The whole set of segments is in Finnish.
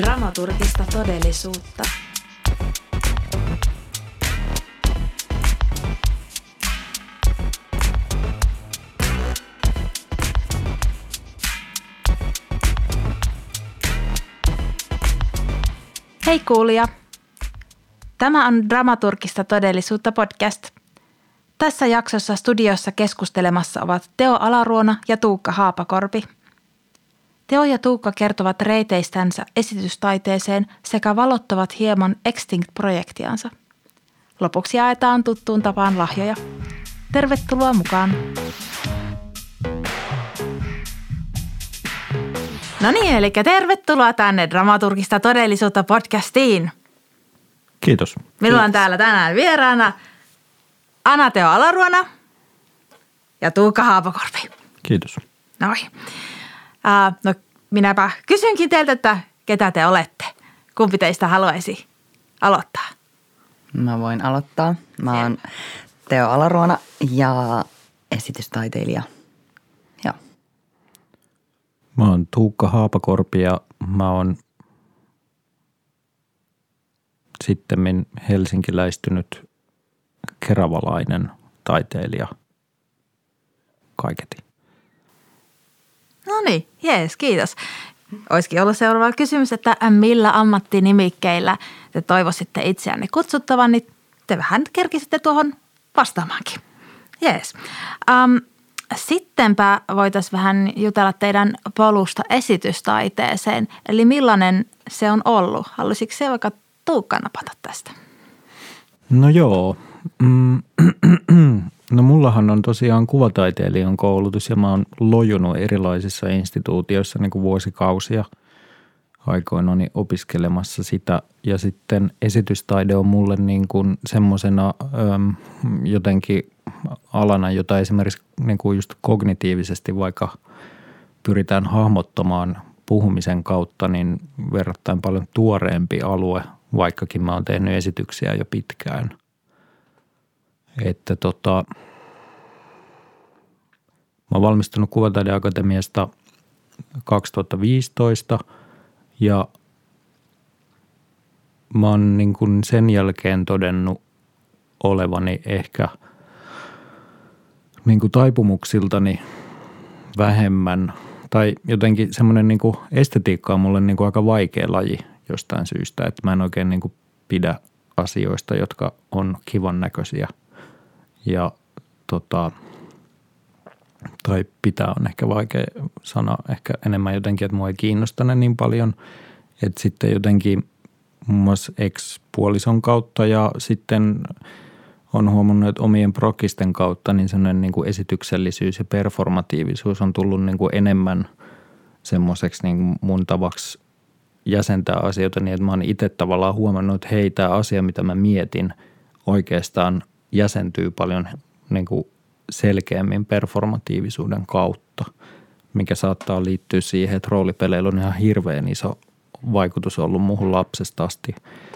Dramaturgista todellisuutta. Hei kuulija! Tämä on Dramaturgista todellisuutta podcast. Tässä jaksossa studiossa keskustelemassa ovat Teo Alaruona ja Tuukka Haapakorpi. Teo ja Tuukka kertovat reiteistänsä esitystaiteeseen sekä valottavat hieman Extinct-projektiansa. Lopuksi jaetaan tuttuun tapaan lahjoja. Tervetuloa mukaan! No niin, eli tervetuloa tänne Dramaturgista todellisuutta podcastiin. Kiitos. Minulla on täällä tänään vieraana Teo Alaruona ja Tuukka Haapakorpi. Kiitos. Noin. No minäpä kysynkin teiltä, että ketä te olette? Kumpi teistä haluaisi aloittaa? Mä voin aloittaa. Mä oon Teo Alaruona ja esitystaiteilija. Joo. Mä oon Tuukka Haapakorpi ja mä oon sittemmin helsinkiläistynyt keravalainen taiteilija kaiketi. No niin, jees, kiitos. Olisikin ollut seuraava kysymys, että millä ammattinimikkeillä te toivoisitte itseänne kutsuttavan, niin te vähän kerkisitte tuohon vastaamaankin. Jees. Sittenpä voitaisiin vähän jutella teidän polusta esitystaiteeseen. Eli millainen se on ollut? Haluaisitko se vaikka Tuukka napata tästä? No joo. No mullahan on tosiaan kuvataiteilijan koulutus ja mä oon lojunut erilaisissa instituutioissa niin kuin vuosikausia aikoinani opiskelemassa sitä. Ja sitten esitystaide on mulle niin kuin semmoisena jotenkin alana, jota esimerkiksi niin kuin just kognitiivisesti vaikka pyritään hahmottamaan puhumisen kautta, niin verrattain paljon tuoreempi alue, vaikkakin mä oon tehnyt esityksiä jo pitkään. Että mä oon valmistunut Kuvataideakatemiasta 2015 ja mä oon niin kuin sen jälkeen todennut olevani ehkä niin kuin taipumuksiltani vähemmän tai jotenkin semmoinen niin kuin estetiikka on mulle niin kuin aika vaikea laji jostain syystä, että mä en oikein niin kuin pidä asioista, jotka on kivan näköisiä ja tai pitää on ehkä vaikea sana, ehkä enemmän jotenkin, että mua ei kiinnosta ne niin paljon, että sitten jotenkin muun muassa ex-puolison kautta ja sitten on huomannut, että omien prokisten kautta niin sellainen niin kuin esityksellisyys ja performatiivisuus on tullut niin kuin enemmän semmoiseksi niin kuin mun tavaksi jäsentää asioita niin, että mä oon itse tavallaan huomannut, että hei, tämä asia, mitä mä mietin, oikeastaan jäsentyy paljon niin kuin selkeämmin performatiivisuuden kautta, mikä saattaa liittyä siihen, että roolipeleillä on ihan hirveän iso vaikutus ollut muuhun lapsesta asti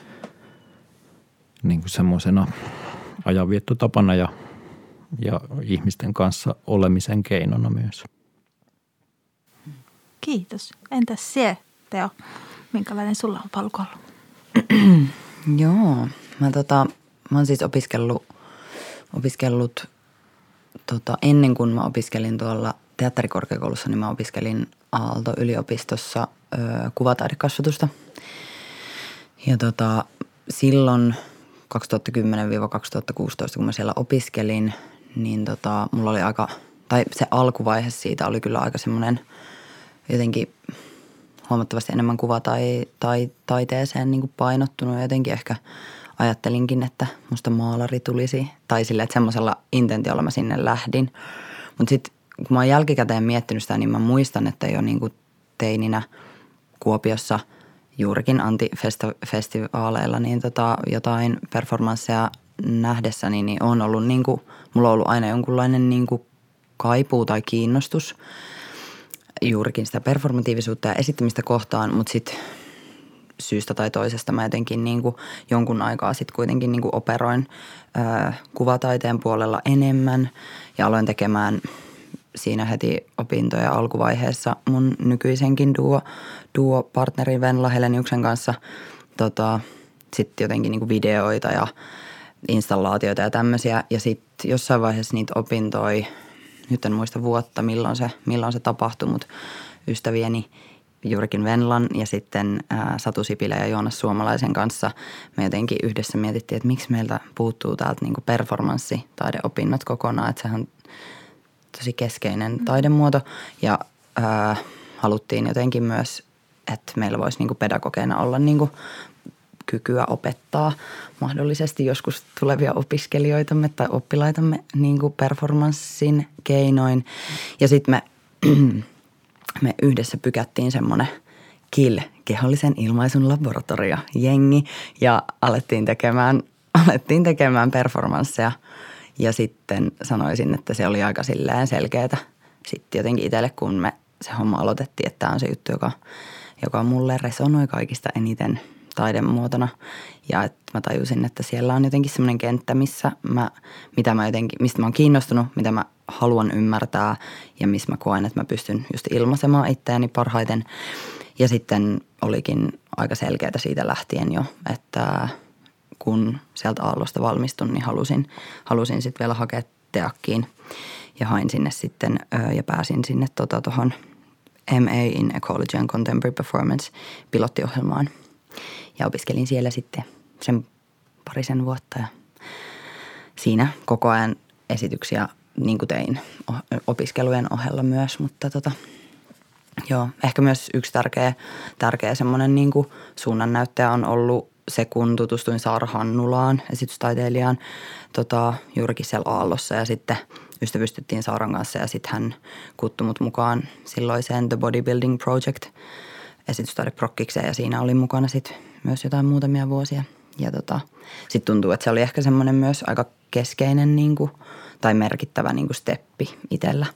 niin kuin semmoisena ajanviettotapana ja ihmisten kanssa olemisen keinona myös. Kiitos. Entäs sie, Teo? Minkälainen sulla on polku ollut? Joo. Mä oon siis opiskellut ennen kuin mä opiskelin tuolla teatterikorkeakoulussa, niin mä opiskelin Aalto-yliopistossa kuvataidekasvatusta. Ja silloin 2010-2016, kun mä siellä opiskelin, niin mulla oli se alkuvaihe siitä oli kyllä aika semmoinen jotenkin huomattavasti enemmän kuvataiteeseen niin kuin painottunut. Jotenkin ehkä ajattelinkin, että musta maalari tulisi, tai sille, että semmoisella intentiolla mä sinne lähdin. Mutta sitten kun mä oon jälkikäteen miettinyt sitä, niin mä muistan, että jo niin kuin teininä Kuopiossa juurikin antifestivaaleilla niin jotain performansseja nähdessäni, niin on ollut niin kuin, mulla on ollut aina jonkunlainen niin kuin kaipuu tai kiinnostus juurikin sitä performatiivisuutta ja esittämistä kohtaan, mutta sitten syystä tai toisesta mä jotenkin niin kuin jonkun aikaa sitten kuitenkin niin kuin operoin kuvataiteen puolella enemmän ja aloin tekemään siinä heti opintojen alkuvaiheessa mun nykyisenkin duo-partnerin Venla Heleniuksen kanssa sitten jotenkin niinku videoita ja installaatioita ja tämmöisiä. Ja sitten jossain vaiheessa niitä opintoja, nyt en muista vuotta milloin se tapahtui, mutta ystävieni juurikin Venlan ja sitten Satu Sipilä ja Joonas Suomalaisen kanssa me jotenkin yhdessä mietittiin, että miksi meiltä puuttuu täältä niinku performanssitaideopinnot kokonaan, että sehän on tosi keskeinen taidemuoto ja haluttiin jotenkin myös, että meillä voisi niinku pedagogeina olla niinku kykyä opettaa mahdollisesti joskus tulevia opiskelijoitamme tai oppilaitamme niinku performanssin keinoin. Ja sitten me yhdessä pykättiin semmoinen kehollisen ilmaisun laboratorio jengi ja alettiin tekemään performansseja. Ja sitten sanoisin, että se oli aika silleen selkeätä sitten jotenkin itselle, kun me se homma aloitettiin, että tämä on se juttu, joka mulle resonoi kaikista eniten taidemuotona. Ja että mä tajusin, että siellä on jotenkin semmoinen kenttä, mistä mä oon kiinnostunut, mitä mä haluan ymmärtää ja missä mä koen, että mä pystyn just ilmaisemaan itseäni parhaiten. Ja sitten olikin aika selkeää siitä lähtien jo, että kun sieltä Aallosta valmistun, niin halusin sitten vielä hakea teakkiin ja hain sinne sitten ja pääsin sinne tuohon MA in Ecology and Contemporary Performance -pilottiohjelmaan. Ja opiskelin siellä sitten sen parisen vuotta ja siinä koko ajan esityksiä niin kuin tein opiskelujen ohella myös, mutta joo, ehkä myös yksi tärkeä semmoinen niin kuin suunnannäyttäjä on ollut se, kun tutustuin Saara Hannulaan, esitystaiteilijaan, juurikin siellä Aallossa ja sitten ystävystyttiin Saaran kanssa ja sitten hän kutsui mut mukaan silloiseen The Bodybuilding Project -esitystaideprokkikseen ja siinä oli mukana sitten myös jotain muutamia vuosia. Ja sitten tuntuu, että se oli ehkä semmoinen myös aika keskeinen niinku, tai merkittävä niinku steppi itsellä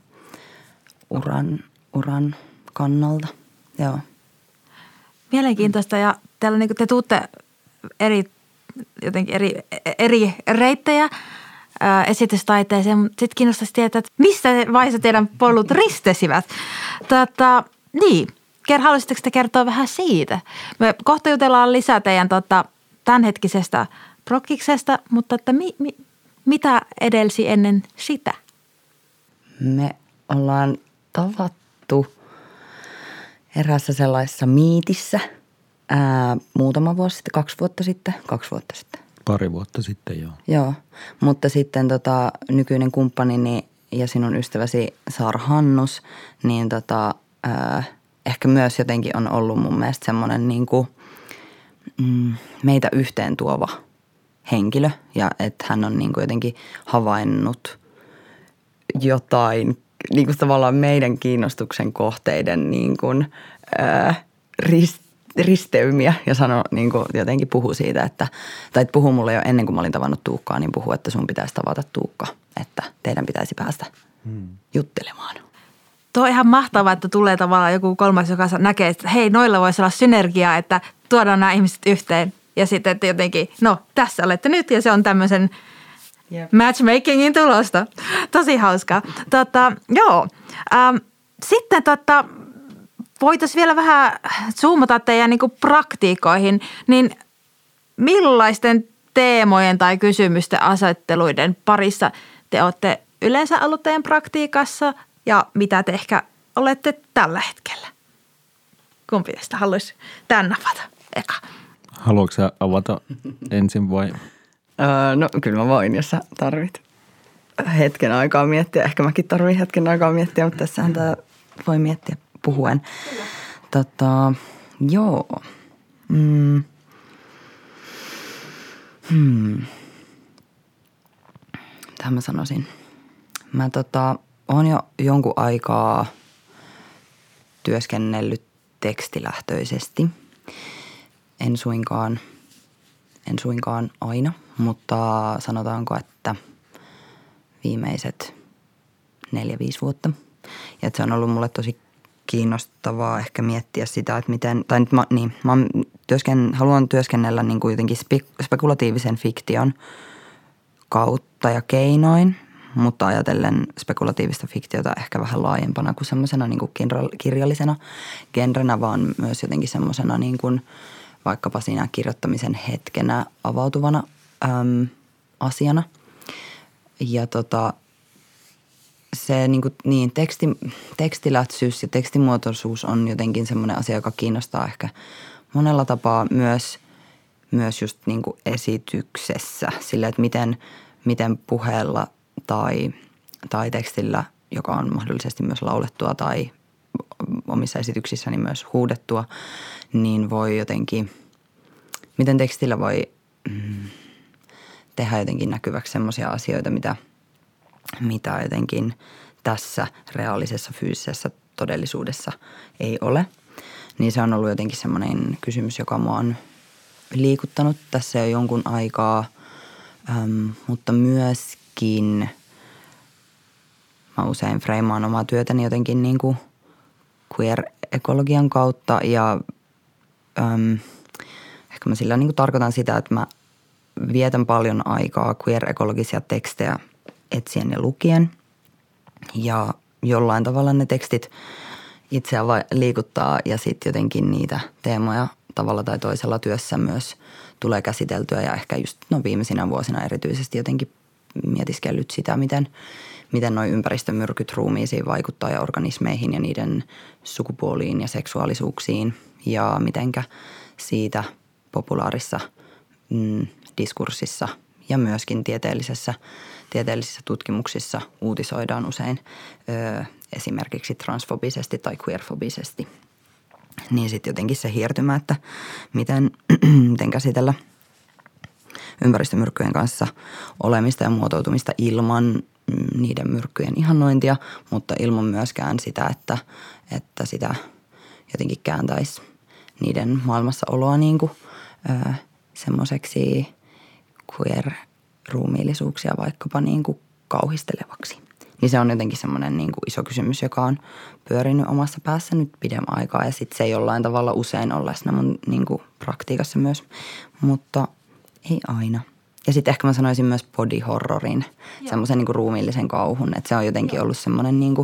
uran kannalta. Joo. Mielenkiintoista ja teillä niinku te tuutte eri reittejä esitystaiteeseen, mutta sitten kiinnostaisi tietää, että missä vaiheessa teidän polut ristesivät. Niin, haluaisitteko te kertoa vähän siitä? Me kohta jutellaan lisää teidän tämänhetkisestä prokkiksesta, mutta että mitä edelsi ennen sitä? Me ollaan tavattu eräässä sellaisessa miitissä muutama vuosi sitten, 2 vuotta sitten. Pari vuotta sitten, joo. Joo, mutta sitten nykyinen kumppanini ja sinun ystäväsi Saara Hannus, niin ehkä myös jotenkin on ollut mun mielestä semmoinen niinku, meitä yhteen tuova henkilö. Ja että hän on niinku jotenkin havainnut jotain niinku tavallaan meidän kiinnostuksen kohteiden niinku, risteymiä ja niinku jotenkin puhui siitä, tai puhui mulle jo ennen kuin mä olin tavannut Tuukkaa, niin puhui, että sun pitäisi tavata Tuukka, että teidän pitäisi päästä juttelemaan. Tuo on ihan mahtavaa, että tulee tavallaan joku kolmas, joka näkee, että hei, noilla voisi olla synergiaa, että tuodaan nämä ihmiset yhteen. Ja sitten, että jotenkin, no tässä olette nyt ja se on tämmöisen matchmakingin tulosta. Tosi hauskaa. Joo. Sitten voitaisiin vielä vähän zoomata teidän niin kuin praktiikoihin, niin millaisten teemojen tai kysymysten asetteluiden parissa te olette yleensä ollut teidän praktiikassa ja mitä te ehkä olette tällä hetkellä? Kumpi teistä haluaisi tämän avata eka? Haluatko sä avata ensin vai? No kyllä mä voin, jos sä tarvit hetken aikaa miettiä. Ehkä mäkin tarvitsen hetken aikaa miettiä, mutta tässähän tää voi miettiä puhuen. Joo. Mitä mä sanoisin? Mä oon jo jonkun aikaa työskennellyt tekstilähtöisesti. En suinkaan aina, mutta sanotaanko, että viimeiset 4-5 vuotta. Ja että se on ollut mulle tosi kiinnostavaa ehkä miettiä sitä, että miten, tai nyt haluan työskennellä niin kuin jotenkin spekulatiivisen fiktion kautta ja keinoin, mutta ajatellen spekulatiivista fiktiota ehkä vähän laajempana kuin semmoisena niin kuin kirjallisena genrenä, vaan myös jotenkin semmoisena niin kuin vaikkapa siinä kirjoittamisen hetkenä avautuvana asiana. Ja se tekstilätsyys ja tekstimuotoisuus on jotenkin semmoinen asia, joka kiinnostaa ehkä monella tapaa myös just niin kuin esityksessä. Sillä, että miten puheella tai tekstillä, joka on mahdollisesti myös laulettua tai omissa esityksissäni myös huudettua, niin voi jotenkin, miten tekstillä voi tehdä jotenkin näkyväksi semmoisia asioita, mitä jotenkin tässä reaalisessa fyysisessä todellisuudessa ei ole. Niin se on ollut jotenkin semmoinen kysymys, joka mua on liikuttanut tässä jo jonkun aikaa, mutta myöskin mä usein freimaan omaa työtäni jotenkin niin kuin queer-ekologian kautta ja ehkä mä sillä niin kuin tarkoitan sitä, että mä vietän paljon aikaa queer-ekologisia tekstejä etsien ja lukien ja jollain tavalla ne tekstit itseä liikuttaa ja sitten jotenkin niitä teemoja tavalla tai toisella työssä myös tulee käsiteltyä ja ehkä just viimeisinä vuosina erityisesti jotenkin mietiskellyt sitä, miten nuo ympäristömyrkyt ruumiisiin vaikuttaa ja organismeihin ja niiden sukupuoliin ja seksuaalisuuksiin ja mitenkä siitä populaarissa diskurssissa ja myöskin tieteellisissä tutkimuksissa uutisoidaan usein esimerkiksi transfobisesti tai queerfobisesti. Niin sitten jotenkin se hiertymä, että miten käsitellä ympäristömyrkkyjen kanssa olemista ja muotoutumista ilman niiden myrkkyjen ihannointia, mutta ilman myöskään sitä, että sitä jotenkin kääntäisi niiden maailmassaoloa niin kuin semmoiseksi queer-ruumiillisuuksia vaikkapa niin kuin kauhistelevaksi. Niin se on jotenkin semmoinen niin kuin iso kysymys, joka on pyörinyt omassa päässä nyt pidemmän aikaa ja sitten se jollain tavalla usein on läsnä mun niin kuin praktiikassa myös, mutta ei aina. Ja sitten ehkä mä sanoisin myös body horrorin, semmoisen niin kuin ruumiillisen kauhun, että se on jotenkin ollut semmoinen niin kuin,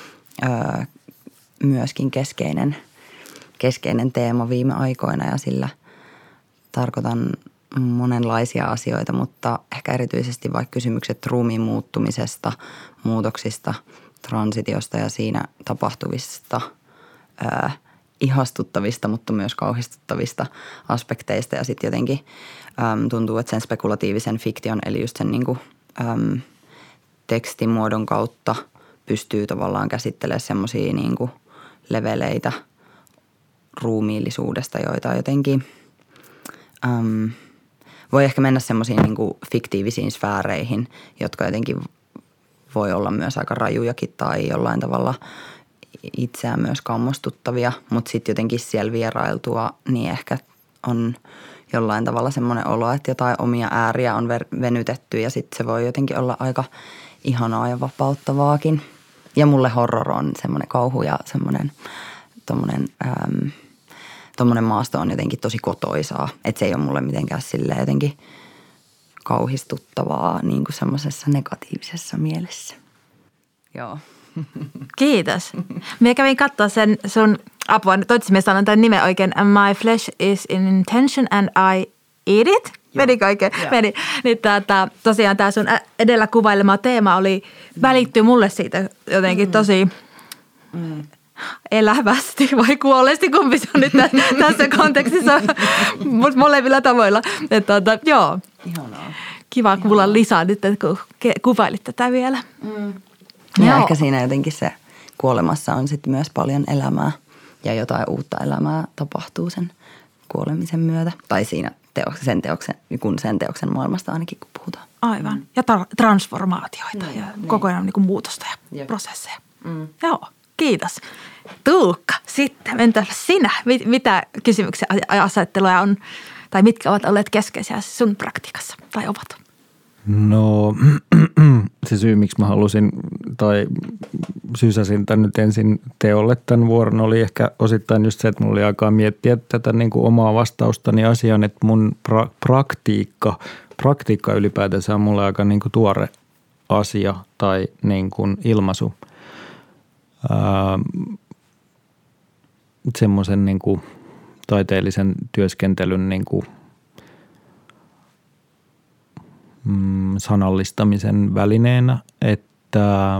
myöskin keskeinen teema viime aikoina ja sillä tarkoitan monenlaisia asioita, mutta ehkä erityisesti vaikka kysymykset ruumiin muuttumisesta, muutoksista, transitiosta ja siinä tapahtuvista ihastuttavista, mutta myös kauhistuttavista aspekteista. Ja sitten jotenkin tuntuu, että sen spekulatiivisen fiktion, eli just sen niin kuin, tekstimuodon kautta pystyy tavallaan käsittelemään semmoisia niin kuin leveleitä ruumiillisuudesta, joita jotenkin voi ehkä mennä semmoisiin niin kuin fiktiivisiin sfääreihin, jotka jotenkin voi olla myös aika rajujakin tai jollain tavalla itseään myös kammostuttavia, mutta sitten jotenkin siellä vierailtua, niin ehkä on jollain tavalla semmoinen olo, että jotain omia ääriä on venytetty ja sitten se voi jotenkin olla aika ihanaa ja vapauttavaakin. Ja mulle horror on semmoinen kauhu ja semmoinen tommoinen maasto on jotenkin tosi kotoisaa, että se ei ole mulle mitenkään silleen jotenkin kauhistuttavaa niin kuin semmoisessa negatiivisessa mielessä. Joo. Kiitos. Minä kävin katsoa sen sun apua. Toivottavasti minä sanon tämän nimen oikein. My flesh is in intention and I eat it. Menikö oikein? Meni. Niin tosiaan tämä sun edellä kuvailema teema välittyi mulle siitä jotenkin tosi elävästi vai kuolleesti, kumpi se on nyt tässä kontekstissa, mutta molemmilla tavoilla. Joo. Ihanaa. Kiva kuulla lisää nyt, kun kuvailit tätä vielä. Ja ehkä siinä jotenkin se kuolemassa on sitten myös paljon elämää ja jotain uutta elämää tapahtuu sen kuolemisen myötä. Tai siinä sen teoksen maailmasta ainakin, kun puhutaan. Aivan. Ja transformaatioita ja koko ajan niin kuin muutosta ja prosesseja. Joo, kiitos. Tuukka, sitten entä sinä? Mitä kysymyksiä ja asetteluja on, tai mitkä ovat olleet keskeisiä sun praktiikassa tai ovat? No se syy, miksi mä halusin tai sysäsin tämän nyt ensin teolle tämän vuoron, oli ehkä osittain just se, että mulla oli aikaa miettiä tätä niin kuin omaa vastaustani asiaan, että mun praktiikka ylipäätänsä on mulle aika niin kuin tuore asia tai niin kuin ilmaisu semmoisen niin kuin taiteellisen työskentelyn niin kuin sanallistamisen välineenä, että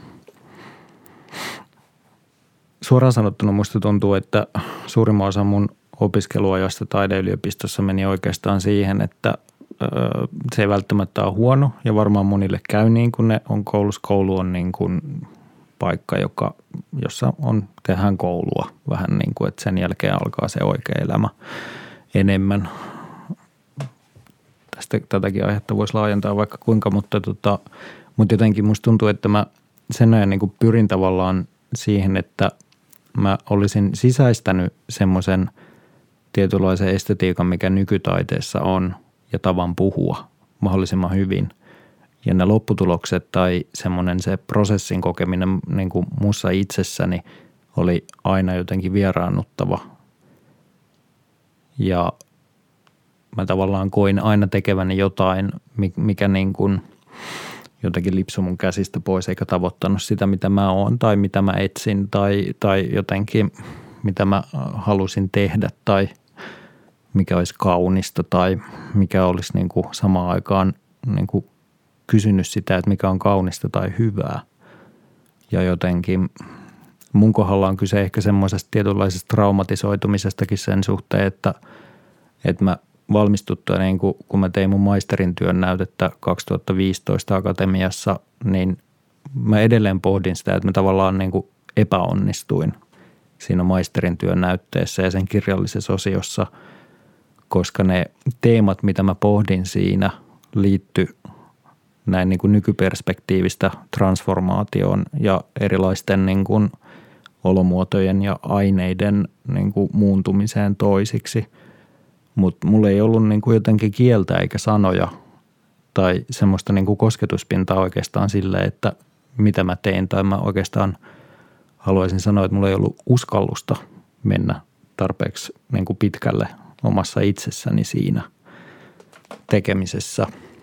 suoraan sanottuna musta tuntuu, että suurimman osa mun opiskeluajasta taideyliopistossa meni oikeastaan siihen, että se ei välttämättä ole huono ja varmaan monille käy niin kuin ne on koulussa. Koulu on niin kuin paikka, jossa tehdään koulua vähän niin kuin, että sen jälkeen alkaa se oikea elämä enemmän. Tätäkin aihetta voisi laajentaa vaikka kuinka, mutta jotenkin musta tuntuu, että mä sen ajan niin kuin pyrin tavallaan siihen, että mä olisin sisäistänyt semmoisen tietynlaisen estetiikan, mikä nykytaiteessa on ja tavan puhua mahdollisimman hyvin. Ja ne lopputulokset tai semmoinen se prosessin kokeminen niin kuin mussa itsessäni oli aina jotenkin vieraannuttava. Ja mä tavallaan koin aina tekeväni jotain, mikä niin kuin jotenkin lipsui mun käsistä pois eikä tavoittanut sitä, mitä mä oon tai mitä mä etsin tai jotenkin mitä mä halusin tehdä tai mikä olisi kaunista tai mikä olisi niin kuin samaan aikaan niin kuin kysynyt sitä, että mikä on kaunista tai hyvää. Ja jotenkin mun kohdalla on kyse ehkä semmoisesta tietynlaisesta traumatisoitumisestakin sen suhteen, että mä valmistuttua, niin kun mä tein mun maisterin työn näytettä 2015 akatemiassa, niin mä edelleen pohdin sitä, että mä tavallaan niin kuin epäonnistuin siinä maisterin työn näytteessä ja sen kirjallisessa osiossa, koska ne teemat, mitä mä pohdin siinä, liittyi näin niin kuin nykyperspektiivistä transformaatioon ja erilaisten niin kuin olomuotojen ja aineiden niin kuin muuntumiseen toisiksi. Mutta mulla ei ollut niin kuin jotenkin kieltä eikä sanoja tai semmoista niin kuin kosketuspintaa oikeastaan sille, että mitä mä tein. Tai mä oikeastaan haluaisin sanoa, että mulla ei ollut uskallusta mennä tarpeeksi niin kuin pitkälle omassa itsessäni siinä tekemisessä.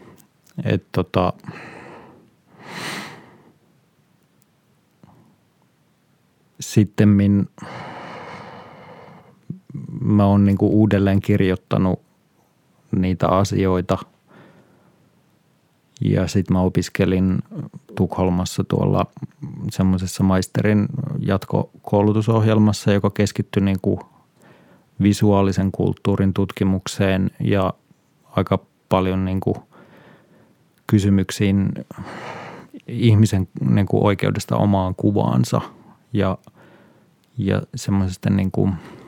Sittemmin mä oon niin kuin uudelleen kirjoittanut niitä asioita ja sitten mä opiskelin Tukholmassa tuolla semmoisessa maisterin jatkokoulutusohjelmassa, joka keskittyi niin kuin visuaalisen kulttuurin tutkimukseen ja aika paljon niin kuin kysymyksiin ihmisen niin kuin oikeudesta omaan kuvaansa ja semmoisesta niin kuin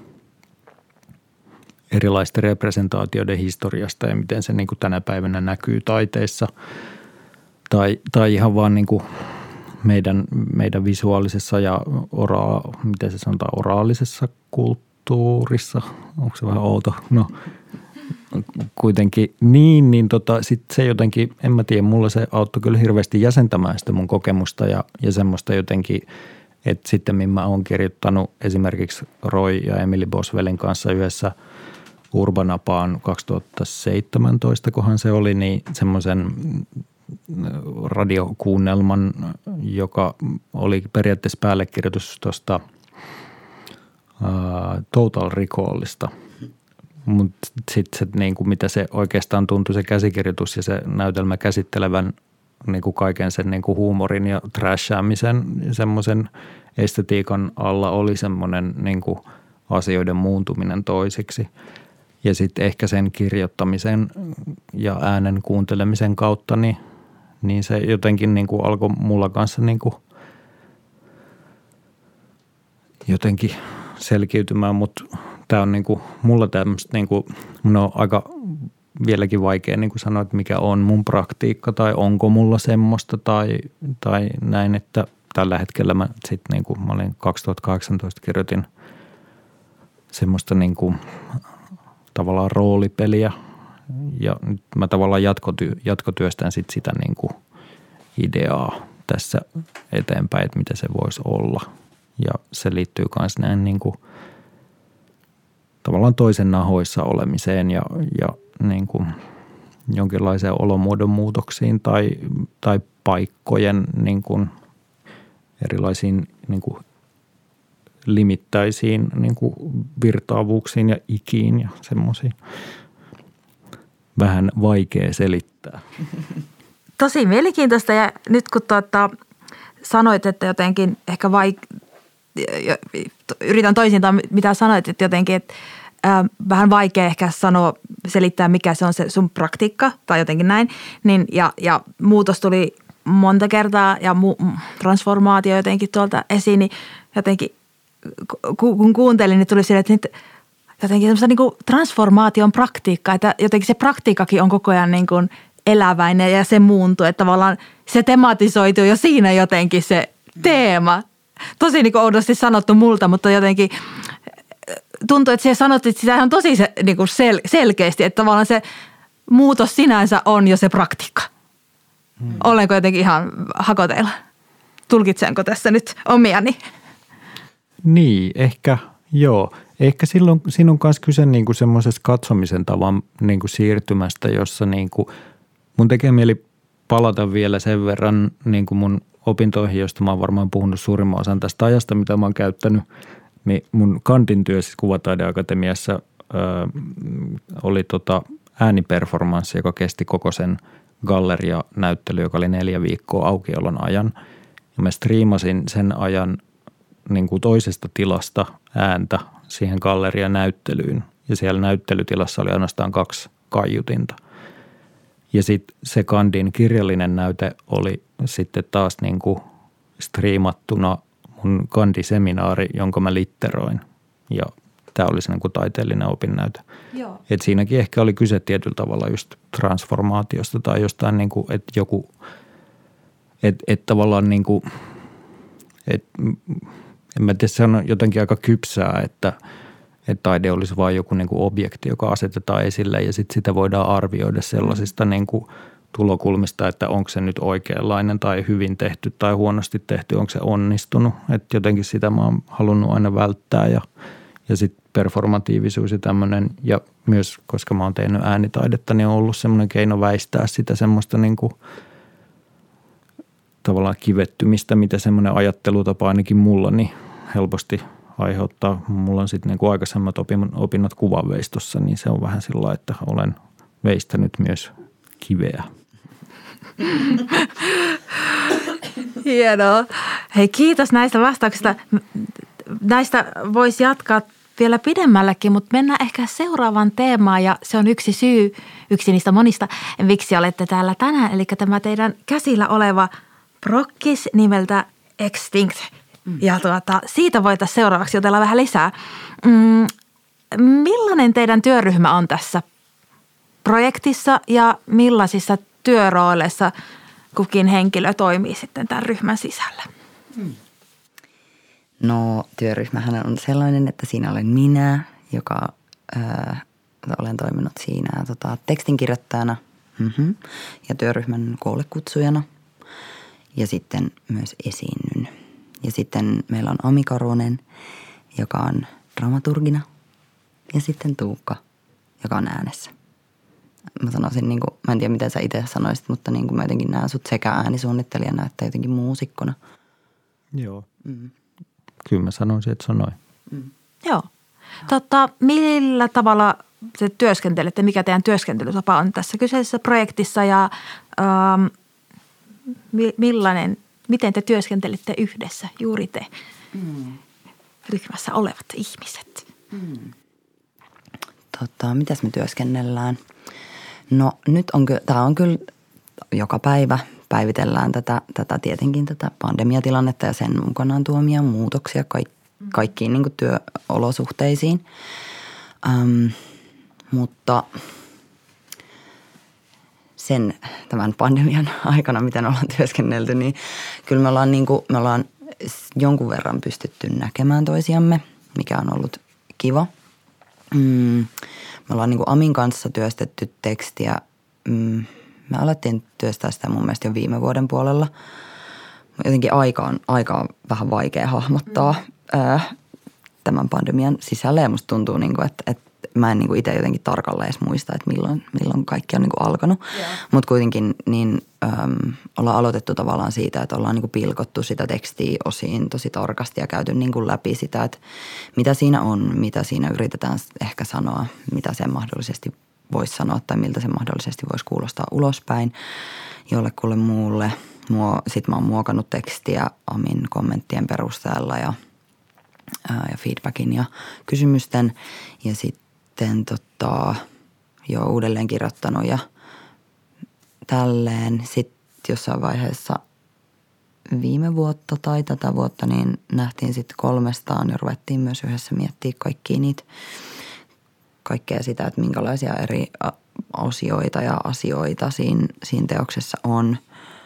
erilaisten representaatioiden historiasta ja miten se niin kuin tänä päivänä näkyy taiteissa tai ihan vaan niin kuin meidän visuaalisessa ja miten se sanotaan, oraalisessa kulttuurissa. Onko se vähän outo? No kuitenkin niin sitten se jotenkin, en mä tiedä, mulla se auttoi kyllä hirveästi jäsentämään sitä mun kokemusta ja semmoista jotenkin, että sitten mä oon kirjoittanut esimerkiksi Roy ja Emily Boswellin kanssa yhdessä Urbanapaan 2017, kohan se oli, niin semmoisen radiokuunnelman, joka oli periaatteessa päällekirjoitus tuosta Total Recallista. Mutta sitten se, niin kuin mitä se oikeastaan tuntui, se käsikirjoitus ja se näytelmä käsittelevän niin kuin kaiken sen niin kuin huumorin ja trashaamisen semmoisen estetiikan alla oli semmoinen niin kuin asioiden muuntuminen toisiksi. Ja sitten ehkä sen kirjoittamisen ja äänen kuuntelemisen kautta, niin se jotenkin niin kuin alkoi mulla kanssa niin kuin jotenkin selkiytymään, mutta tämä on niin kuin, mulla tämmöistä, niin kuin, mun on aika vieläkin vaikea niin kuin sanoa, että mikä on mun praktiikka tai onko mulla semmoista tai näin, että tällä hetkellä mä sitten niin kuin, mä olin 2018 kirjoitin semmoista niin kuin tavallaan roolipeliä ja nyt mä tavallaan jatkotyöstän sit sitä niin kuin ideaa tässä eteenpäin, että mitä se voisi olla ja se liittyy myös näin niin kuin tavallaan toisen nahoissa olemiseen ja niin kuin jonkinlaiseen olomuodon muutoksiin tai paikkojen niin kuin erilaisiin niin kuin limittäisiin niin kuin virtaavuuksiin ja ikiin ja semmoisiin. Vähän vaikea selittää. Tosi mielenkiintoista ja nyt kun sanoit, että jotenkin ehkä yritän toisintaa mitä sanoit, että jotenkin että vähän vaikea ehkä selittää mikä se on se sun praktiikka tai jotenkin näin, niin ja muutos tuli monta kertaa ja transformaatio jotenkin tuolta esiin, niin jotenkin kun kuuntelin, niin tuli sille, että nyt jotenkin semmoista niin kuin transformaation praktiikkaa, että jotenkin se praktiikkakin on koko ajan niin kuin eläväinen ja se muuntuu, että tavallaan se tematisoituu jo siinä jotenkin se teema. Tosi niin kuin oudosti sanottu multa, mutta jotenkin tuntuu, että siellä sanottiin sitä ihan tosi niin kuin selkeästi, että tavallaan se muutos sinänsä on jo se praktiikka. Olenko jotenkin ihan hakoteilla? Tulkitsenko tässä nyt omiani? Niin, ehkä joo. Ehkä silloin siinä on myös kyse niinku semmoisesta katsomisen tavan niinku siirtymästä, jossa niinku mun tekee mieli palata vielä sen verran niinku mun opintoihin, josta mä oon varmaan puhunut suurimman osan tästä ajasta, mitä mä oon käyttänyt. Niin mun kandin työ siis Kuvataideakatemiassa oli ääniperformanssi, joka kesti koko sen gallerianäyttely, joka oli 4 viikkoa aukiolon ajan. Ja mä striimasin sen ajan niin kuin toisesta tilasta ääntä siihen gallerianäyttelyyn. Ja siellä näyttelytilassa oli ainoastaan 2 kaiutinta. Ja sitten se kandin kirjallinen näyte oli sitten taas niin kuin striimattuna mun kandiseminaari, jonka mä litteroin. Ja tämä oli se niin kuin taiteellinen opinnäyte. Joo. Et siinäkin ehkä oli kyse tietyllä tavalla just transformaatiosta tai jostain niin kuin, että joku, että tavallaan niin kuin, en mä tiedä, se on jotenkin aika kypsää, että taide olisi vain joku niin kuin objekti, joka asetetaan esille ja sitten sitä voidaan arvioida sellaisista niin kuin tulokulmista, että onko se nyt oikeanlainen tai hyvin tehty tai huonosti tehty, onko se onnistunut. Että jotenkin sitä mä oon halunnut aina välttää ja sitten performatiivisuus ja tämmöinen ja myös, koska mä oon tehnyt äänitaidetta, niin on ollut semmoinen keino väistää sitä semmoista niin kuin tavallaan kivettymistä, mitä semmoinen ajattelutapa ainakin mulla niin helposti aiheuttaa. Mulla on sitten niin kuin aikaisemmat opinnot kuvanveistossa, niin se on vähän sillä, että olen veistänyt myös kiveä. Hienoa. Hei, kiitos näistä vastauksista. Näistä voisi jatkaa vielä pidemmällekin, mutta mennään ehkä seuraavaan teemaan ja se on yksi niistä monista, miksi olette täällä tänään. Eli tämä teidän käsillä oleva prokkis nimeltä Extinct. Ja siitä voitaisiin seuraavaksi jutella vähän lisää. Millainen teidän työryhmä on tässä projektissa ja millaisissa työrooleissa kukin henkilö toimii sitten tämän ryhmän sisällä? No työryhmähän on sellainen, että siinä olen minä, joka olen toiminut siinä tekstinkirjoittajana ja työryhmän koollekutsujana ja sitten myös esiinnyn. Ja sitten meillä on Ami Karonen, joka on dramaturgina ja sitten Tuukka, joka on äänessä. Mä sanoisin, mä en tiedä mitä sä itse sanoisit, mutta mä jotenkin näen sut sekä äänisuunnittelijana että jotenkin muusikkona. Joo. Kyllä mä sanoisin, että se on noin. Joo. Millä tavalla te työskentelette, mikä teidän työskentelytapa on tässä kyseisessä projektissa ja miten te työskentelette yhdessä, juuri te ryhmässä olevat ihmiset? Mitäs me työskennellään? No nyt tämä on kyllä joka päivä päivitellään tätä tietenkin tätä pandemiatilannetta ja sen mukanaan tuomia muutoksia kaikkiin niin kuin työolosuhteisiin. Mutta tämän pandemian aikana, miten ollaan työskennelty, niin kyllä me ollaan jonkun verran pystytty näkemään toisiamme, mikä on ollut kiva. Me ollaan niin kuin Amin kanssa työstetty tekstiä. Me alettiin työstää sitä mun mielestä jo viime vuoden puolella. Jotenkin aika on vähän vaikea hahmottaa tämän pandemian sisällä ja musta tuntuu, että mä en niin kuin itse jotenkin tarkalleen edes muista, että milloin kaikki on niin kuin alkanut. Mutta kuitenkin niin ollaan aloitettu tavallaan siitä, että ollaan niin kuin pilkottu sitä tekstiä osiin tosi tarkasti ja käyty niin kuin läpi sitä, että mitä siinä on, mitä siinä yritetään ehkä sanoa, mitä se mahdollisesti voisi sanoa tai miltä se mahdollisesti voisi kuulostaa ulospäin jollekulle muulle. Sitten mä oon muokannut tekstiä Amin kommenttien perusteella ja feedbackin ja kysymysten ja sitten uudelleen kirjoittanut ja tälleen. Sitten jossain vaiheessa viime vuotta tai tätä vuotta niin nähtiin sitten 3 ja ruvettiin myös yhdessä miettimään kaikkea sitä, että minkälaisia eri osioita ja asioita siinä teoksessa on.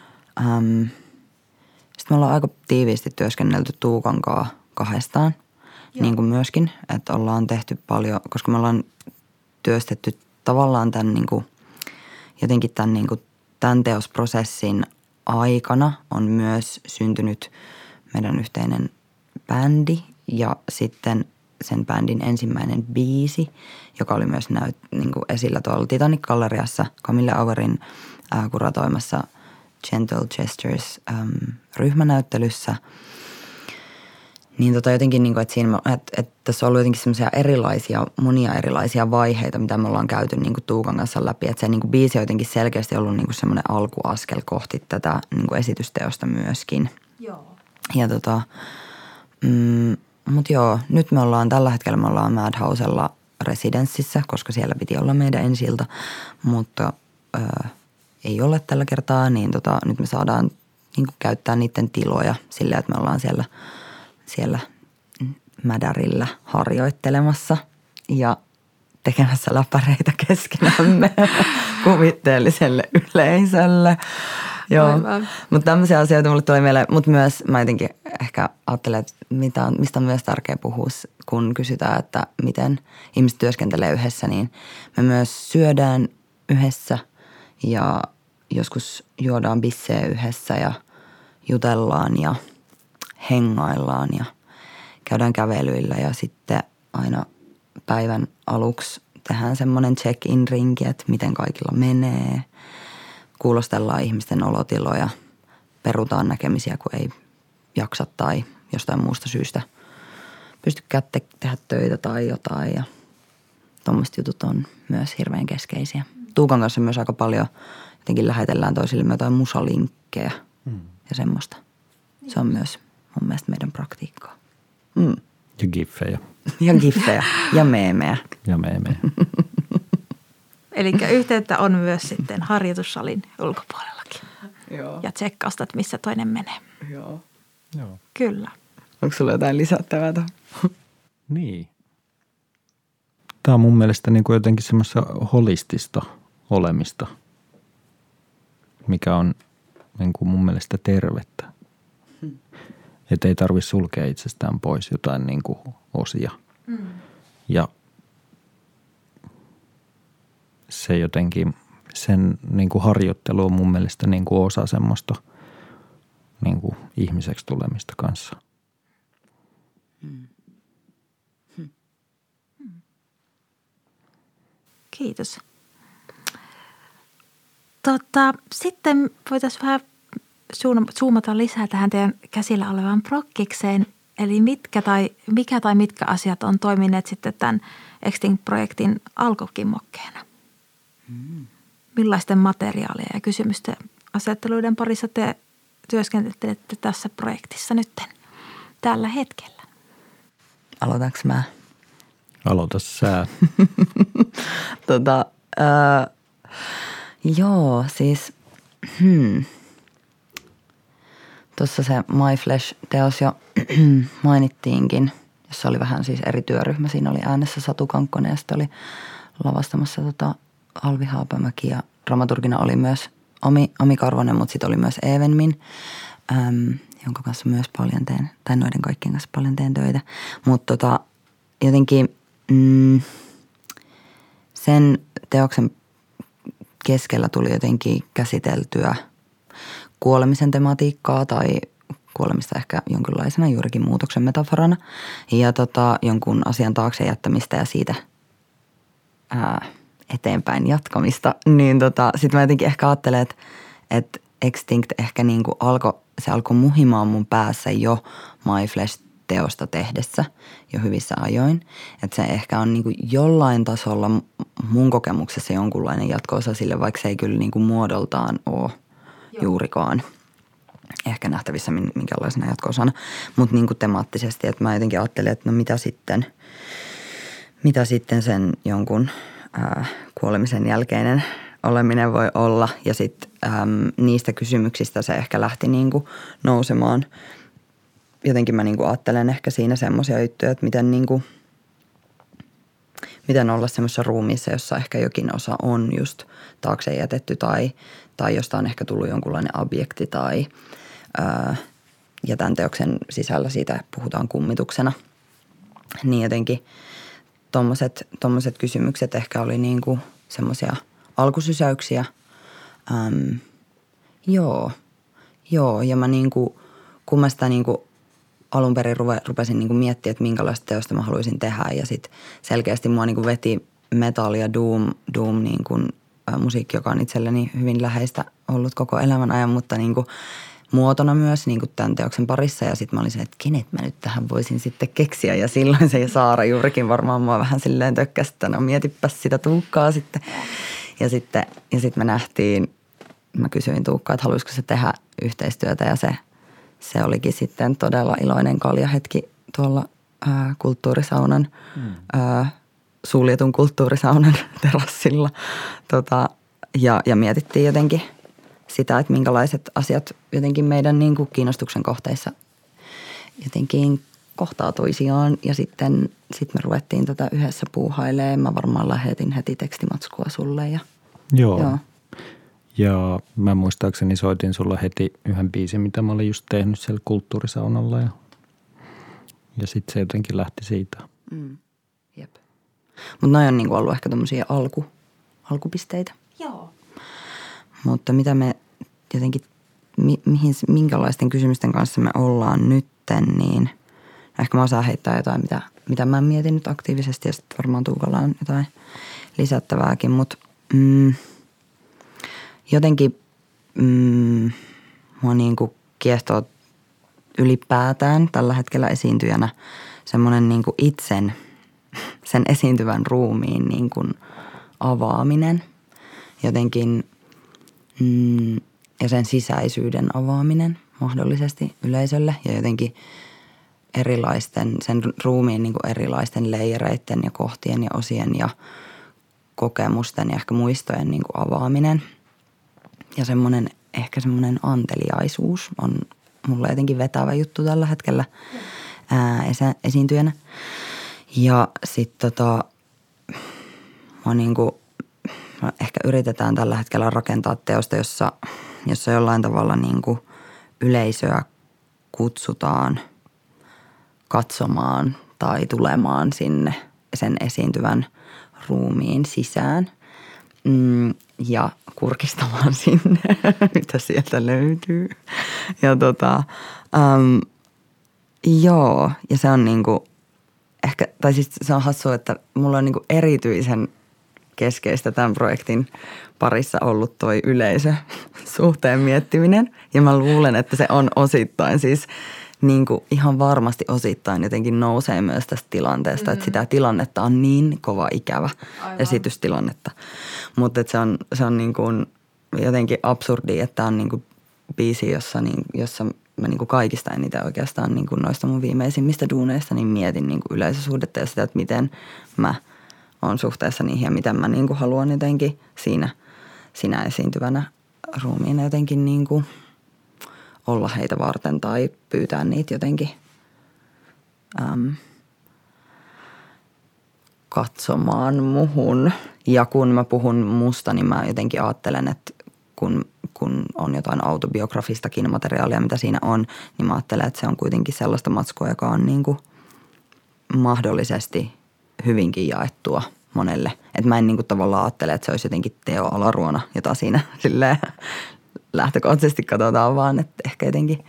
Sitten me ollaan aika tiiviisti työskennelty Tuukan kanssa 2, niin kuin myöskin, että ollaan tehty paljon, koska me ollaan työstetty tavallaan tämän niin kuin, jotenkin tämän teosprosessin aikana on myös syntynyt meidän yhteinen bändi ja sitten sen bändin ensimmäinen biisi, joka oli myös niin kuin esillä tuolla Titanic-galleriassa Camille Auerin kuratoimassa Gentle Gestures ryhmänäyttelyssä. Niin jotenkin, niin kuin, että tässä on ollut jotenkin semmoisia monia erilaisia vaiheita, mitä me ollaan käyty niin kuin Tuukan kanssa läpi. Että se niin kuin biisi on jotenkin selkeästi ollut niin kuin semmoinen alkuaskel kohti tätä niin kuin esitysteosta myöskin. Joo. Ja mutta joo, nyt tällä hetkellä me ollaan Madhousella Residenssissä, koska siellä piti olla meidän ensi-ilta, mutta ei ole tällä kertaa, niin nyt me saadaan niin kuin käyttää niiden tiloja sillä, että me ollaan siellä Mädärillä harjoittelemassa ja tekemässä läpäreitä keskenämme kuvitteelliselle yleisölle. Joo, mutta tämmöisiä asioita mulle tuli mieleen, mutta myös mä jotenkin ehkä ajattelen, että mistä on myös tärkeä puhua, kun kysytään, että miten ihmiset työskentelee yhdessä, niin me myös syödään yhdessä ja joskus juodaan bissejä yhdessä ja jutellaan ja hengaillaan ja käydään kävelyillä ja sitten aina päivän aluksi tehdään semmoinen check-in-rinki, että miten kaikilla menee. Kuulostellaan ihmisten olotiloja, perutaan näkemisiä, kun ei jaksa tai jostain muusta syystä pystykään tehdä töitä tai jotain. Ja tuommoiset jutut on myös hirveän keskeisiä. Tuukan kanssa myös aika paljon jotenkin lähetellään toisillemme jotain musalinkkejä ja semmoista. Se on myös mun mielestä meidän praktiikkaa. Ja giffejä. Ja giffejä ja meemejä. Ja meemejä. Eli yhteyttä on myös sitten harjoitussalin ulkopuolellakin. Joo. Ja tsekkausta, että missä toinen menee. Joo. Kyllä. Onko sulla jotain lisättävää tähän? Niin. Tämä on mun mielestä niin kuin jotenkin semmoista holistista olemista, mikä on niin kuin mun mielestä tervettä. Että ei tarvitse sulkea itsestään pois jotain niin kuin osia. Ja se jotenkin, sen niin kuin harjoittelu on mun mielestä niin kuin osa semmoista niin kuin ihmiseksi tulemista kanssa. Kiitos. Sitten voitaisiin vähän zoomata lisää tähän teidän käsillä olevaan prokkikseen. Eli mikä tai mitkä asiat on toimineet sitten tämän Extinct-projektin alkukimmokkeena? Millaisten materiaalien ja kysymysten asetteluiden parissa te työskentelette tässä projektissa nyt tällä hetkellä? Aloitanko mä? Aloita sä. Joo, siis tuossa se My Flesh-teos jo mainittiinkin, jossa oli vähän siis eri työryhmä. Siinä oli äänessä Satu Kankkonen ja sitten oli lavastamassa Alvi Haapamäki ja dramaturgina oli myös Ami Karvonen, mutta sitten oli myös Evenmin, jonka kanssa myös paljon teen, tai noiden kaikkien kanssa paljon teen töitä. Mutta jotenkin sen teoksen keskellä tuli jotenkin käsiteltyä kuolemisen tematiikkaa tai kuolemista ehkä jonkinlaisena juurikin muutoksen metaforana ja jonkun asian taakse jättämistä ja siitä eteenpäin jatkamista, niin sitten mä jotenkin ehkä ajattelen, että Extinct ehkä niinku alkoi muhimaan mun päässä jo My Flesh-teosta tehdessä jo hyvissä ajoin. Että se ehkä on niinku jollain tasolla mun kokemuksessa jonkunlainen jatko-osa sille, vaikka se ei kyllä niinku muodoltaan ole juurikaan ehkä nähtävissä minkälaisena jatko-osana. Mutta niinku temaattisesti, että mä jotenkin ajattelen, että no mitä sitten sen jonkun kuolemisen jälkeinen oleminen voi olla. Ja sitten niistä kysymyksistä se ehkä lähti niinku nousemaan. Jotenkin mä niinku ajattelen ehkä siinä semmoisia juttuja, että miten olla semmoisessa ruumiissa, jossa ehkä jokin osa on just taakse jätetty tai josta on ehkä tullut jonkunlainen objekti ja tämän teoksen sisällä siitä puhutaan kummituksena. Niin jotenkin tommoset kysymykset ehkä oli niinku semmoisia alkusysäyksiä. Joo, ja mä niinku, kun mä sitä niinku alun perin rupesin niinku miettimään, että minkälaista teosta mä haluaisin tehdä. Ja sitten selkeästi mua niinku veti metal ja doom niinku, musiikki, joka on itselleni hyvin läheistä ollut koko elämän ajan, mutta niinku muotona myös niinku tämän teoksen parissa. Ja sitten mä olin että kenet mä nyt tähän voisin sitten keksiä. Ja silloin se Saara juurikin varmaan mua vähän silleen tökkäsi, että no mietipäs sitä Tuukkaa sitten. Ja sitten me nähtiin, mä kysyin Tuukkaa, että haluaisiko se tehdä yhteistyötä ja se olikin sitten todella iloinen kaljahetki tuolla kulttuurisaunan, suljetun kulttuurisaunan terassilla. Ja mietittiin jotenkin sitä, että minkälaiset asiat jotenkin meidän niin kuin kiinnostuksen kohteissa jotenkin kohtaa toisiaan. Ja sitten me ruvettiin tätä yhdessä puuhailemaan. Mä varmaan lähetin heti tekstimatskua sulle. Joo. Ja mä muistaakseni soitin sulla heti yhden biisin, mitä mä olin just tehnyt siellä kulttuurisaunalla ja sitten se jotenkin lähti siitä. Jep. Mutta noi on niinku ollut ehkä tommosia alkupisteitä. Joo. Mutta mitä me jotenkin, minkälaisten kysymysten kanssa me ollaan nytten, niin ehkä mä osaan heittää jotain, mitä mä mietin nyt aktiivisesti ja sitten varmaan Tuukalla on jotain lisättävääkin, mutta jotenkin mua niinku kiehtoo ylipäätään tällä hetkellä esiintyjänä semmoinen niinku sen esiintyvän ruumiin niinku avaaminen jotenkin ja sen sisäisyyden avaaminen mahdollisesti yleisölle ja jotenkin sen ruumiin niinku erilaisten leijereiden ja kohtien ja osien ja kokemusten ja ehkä muistojen niinku avaaminen. Ja ehkä semmoinen anteliaisuus on mulle jotenkin vetävä juttu tällä hetkellä esiintyjänä. Ja sitten mä ehkä yritetään tällä hetkellä rakentaa teosta, jossa jollain tavalla niinku yleisöä kutsutaan katsomaan tai tulemaan sinne sen esiintyvän ruumiin sisään. Ja kurkistamaan sinne, mitä sieltä löytyy. Ja joo, ja se on niinku ehkä, tai siis se on hassua, että mulla on niinku erityisen keskeistä tämän projektin parissa ollut toi yleisösuhteen miettiminen. Ja mä luulen, että se on osittain siis niinku ihan varmasti osittain jotenkin nousee myös tästä tilanteesta, että sitä tilannetta on niin kova ikävä esitystilannetta. Mutta se on niinku jotenkin absurdi, että on niinku biisi, jossa mä niinku kaikista eniten oikeastaan niinku noista mun viimeisimmistä duuneista niin mietin niinku yleisösuhdetta ja sitä, että miten mä oon suhteessa niihin ja miten mä niinku haluan jotenkin siinä esiintyvänä ruumiina jotenkin niinku olla heitä varten tai pyytää niitä jotenkin katsomaan muhun. Ja kun mä puhun musta, niin mä jotenkin ajattelen, että kun on jotain autobiografistakin materiaalia, mitä siinä on, niin mä ajattelen, että se on kuitenkin sellaista matskua, joka on niin kuin mahdollisesti hyvinkin jaettua monelle. Että mä en niin kuin tavallaan ajattele, että se olisi jotenkin Teo Alaruona, jota siinä silleen lähtökohtaisesti katsotaan, vaan että ehkä jotenkin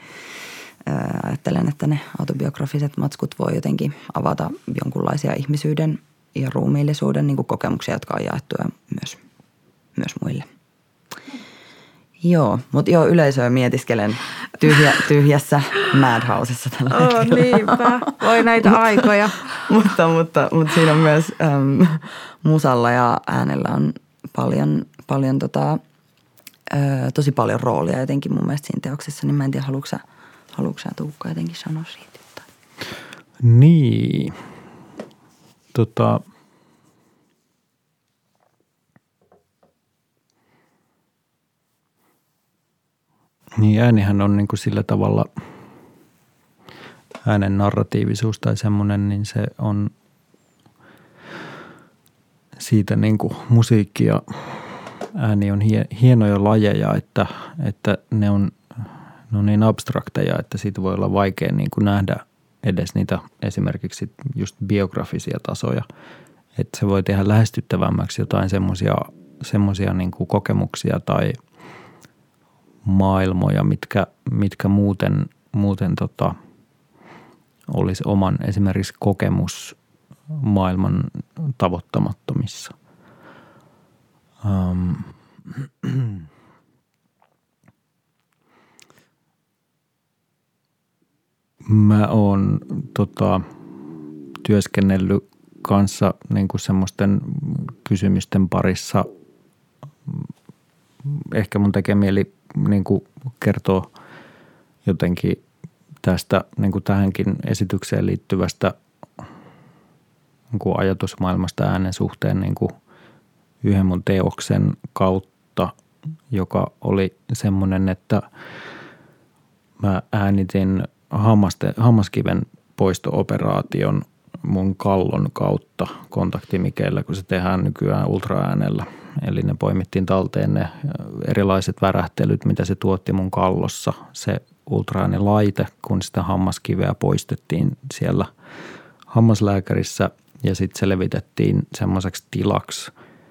ajattelen, että ne autobiografiset matskut voi jotenkin avata jonkunlaisia ihmisyyden ja ruumiillisuuden niin kuin kokemuksia, jotka on jaettuja myös muille. Mutta yleisöä mietiskelen tyhjässä madhousessa tällä hetkellä. Niinpä, voi näitä aikoja. mutta siinä on myös musalla ja äänellä on paljon tosi paljon roolia jotenkin mun mielestä siinä teoksessa, niin mä en tiedä, haluatko sä Tuukka jotenkin sanoa siitä jotain? Niin, niin äänihän on niin kuin sillä tavalla, äänen narratiivisuus tai semmoinen, niin se on siitä niin kuin musiikki ja ääni on hienoja lajeja, että ne on niin abstrakteja, että siitä voi olla vaikea niin kuin nähdä edes niitä esimerkiksi just biografisia tasoja. Että se voi tehdä lähestyttävämmäksi jotain semmoisia niin kuin kokemuksia tai maailmoja, mitkä muuten olisi oman esimerkiksi kokemusmaailman tavoittamattomissa. Mä oon työskennellyt kanssa niin kuin semmoisten kysymysten parissa. Ehkä mun tekee mieli niin kuin kertoa jotenkin tästä niin kuin tähänkin esitykseen liittyvästä niin kuin ajatusmaailmasta äänen suhteen niin kuin yhden mun teoksen kautta, joka oli semmoinen, että mä äänitin hammaskiven poisto-operaation mun kallon kautta kontaktimikeillä, kun se tehdään nykyään ultraäänellä. Eli ne poimittiin talteen ne erilaiset värähtelyt, mitä se tuotti mun kallossa. Se ultraäänilaite, kun sitä hammaskiveä poistettiin siellä hammaslääkärissä ja sitten se levitettiin semmoiseksi tilaksi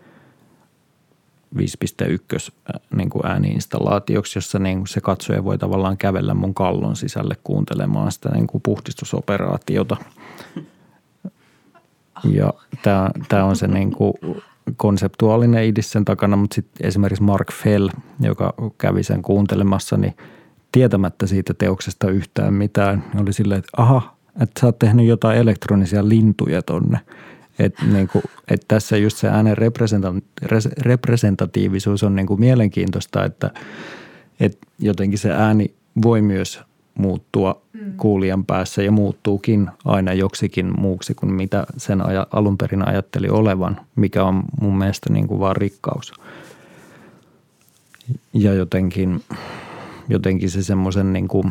5.1 niin kuin ääniinstallaatioksi, jossa niin kuin se katsoja voi tavallaan kävellä mun kallon sisälle kuuntelemaan sitä niin kuin puhdistusoperaatiota. Ja tämä on se niin kuin konseptuaalinen idis sen takana, mutta sitten esimerkiksi Mark Fell, joka kävi sen kuuntelemassa, niin tietämättä siitä teoksesta yhtään mitään, oli silleen, että että sä oot tehnyt jotain elektronisia lintuja tonne. Että niinku, tässä just se äänen representatiivisuus on niinku mielenkiintoista, että jotenkin se ääni voi myös muuttua kuulijan päässä ja muuttuukin aina joksikin muuksi kuin mitä sen alun perin ajatteli olevan, mikä on mun mielestä niinku vaan rikkaus. Ja jotenkin se semmoisen niinku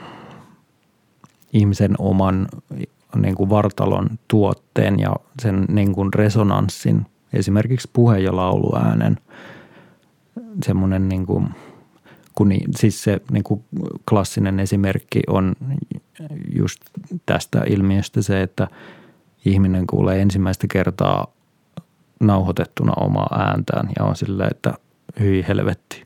ihmisen oman niin kuin vartalon tuotteen ja sen niin kuin resonanssin, esimerkiksi puhe- ja lauluäänen, semmoinen niin kuin, siis se niin kuin klassinen esimerkki on just tästä ilmiöstä se, että ihminen kuulee ensimmäistä kertaa nauhoitettuna omaa ääntään ja on silleen, että hyi helvetti.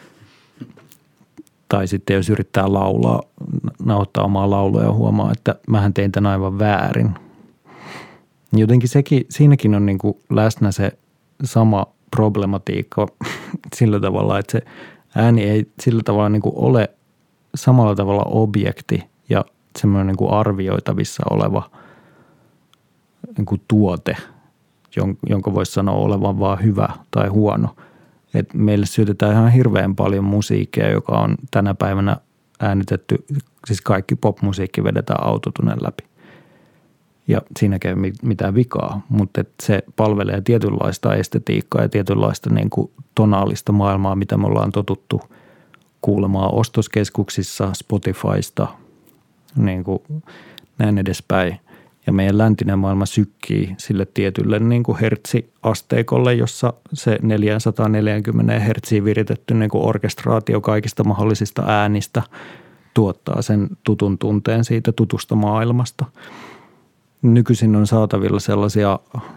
Tai sitten jos yrittää nauhoittaa omaa laulua ja huomaa, että mähän tein tämän aivan väärin. Jotenkin siinäkin on niin kuin läsnä se sama problematiikka sillä tavalla, että se ääni ei sillä tavalla niin kuin ole samalla tavalla objekti ja semmoinen niin kuin arvioitavissa oleva niin kuin tuote, jonka voisi sanoa olevan vaan hyvä tai huono. Et meille syötetään ihan hirveän paljon musiikkia, joka on tänä päivänä äänitetty, siis kaikki popmusiikki vedetään autotunen läpi. Ja siinäkään ei mitään vikaa, mutta se palvelee tietynlaista estetiikkaa ja tietynlaista niin kuin tonaalista maailmaa, mitä me ollaan totuttu kuulemaan ostoskeskuksissa, Spotifysta, niin kuin näin edespäin. Ja meidän läntinen maailma sykkii sille tietylle niin kuin hertsiasteikolle, jossa se 440 hertsiin viritetty niin kuin orkestraatio kaikista mahdollisista äänistä tuottaa sen tutun tunteen siitä tutusta maailmasta. Nykyisin on saatavilla sellaisia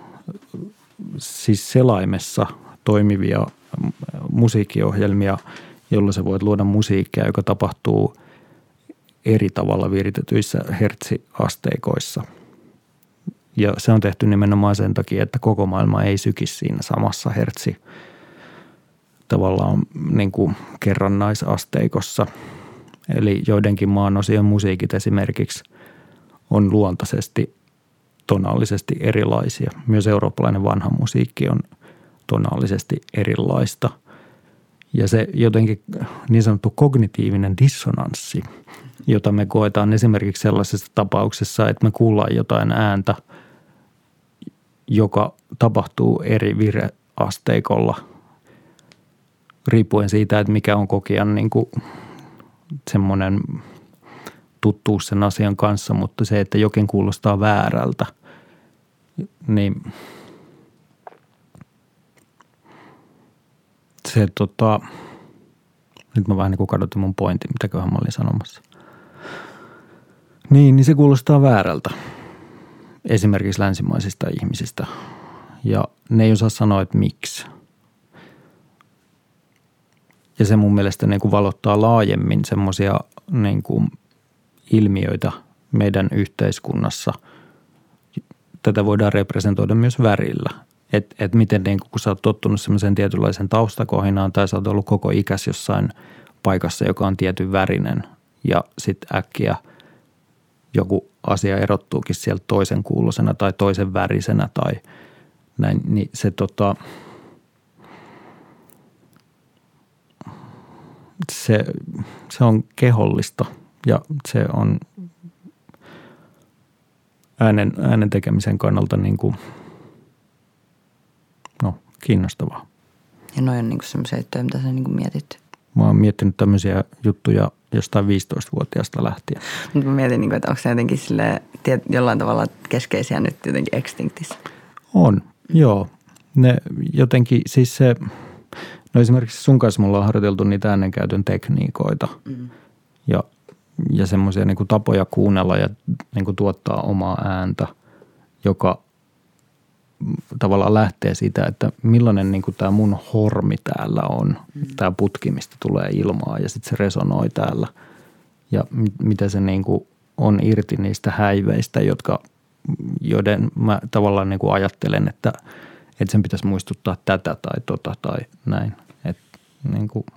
siis selaimessa toimivia musiikkiohjelmia, jolla sä voit luoda musiikkia, joka tapahtuu eri tavalla viritetyissä hertsiasteikoissa. Ja se on tehty nimenomaan sen takia, että koko maailma ei sykisi siinä samassa hertsi tavallaan niin kuin kerrannaisasteikossa. Eli joidenkin maanosien musiikit esimerkiksi on luontaisesti tonaalisesti erilaisia. Myös eurooppalainen vanha musiikki on tonaalisesti erilaista. Ja se jotenkin niin sanottu kognitiivinen dissonanssi, jota me koetaan esimerkiksi sellaisessa tapauksessa, että me kuullaan jotain ääntä, joka tapahtuu eri vireasteikolla, riippuen siitä, että mikä on kokijan niin kuin semmoinen tuttuus sen asian kanssa, mutta se, että jokin kuulostaa väärältä, niin se nyt mä vähän niin kuin kadotin mun pointin, mitäköhän mä olin sanomassa. Niin se kuulostaa väärältä esimerkiksi länsimaisista ihmisistä ja ne ei osaa sanoa, että miksi. Ja se mun mielestä niin kuin valottaa laajemmin semmoisia niin kuin ilmiöitä meidän yhteiskunnassa. Tätä voidaan representoida myös värillä. Että miten niin kun sä oot tottunut semmoisen tietynlaisen taustakohinaan tai sä oot ollut koko ikäs jossain paikassa, joka on tietyn värinen ja sitten äkkiä joku asia erottuukin sieltä toisen kuulosena tai toisen värisenä tai näin, niin se on kehollista ja se on äänen tekemisen kannalta niin kuin kiinnostavaa. Ja noi on niinku semmoisia juttuja, mitä sä niinku mietit. Mä oon miettinyt tämmöisiä juttuja jostain 15-vuotiaasta lähtien. Mutta mä mietin, niinku, että onko se jotenkin jollain tavalla keskeisiä nyt jotenkin extinctissä? On, joo. Ne jotenkin, siis se, no esimerkiksi sun kanssa mulla on harjoiteltu niitä äänenkäytön tekniikoita ja semmoisia niinku tapoja kuunnella ja niinku tuottaa omaa ääntä, joka tavallaan lähtee siitä, että millainen niin kuin tämä mun hormi täällä on, tämä putki, mistä tulee ilmaa ja sitten se resonoi täällä ja mitä se niin kuin on irti niistä häiveistä, joiden mä tavallaan niin kuin ajattelen, että sen pitäisi muistuttaa tätä tai tota tai näin. Että niin kuin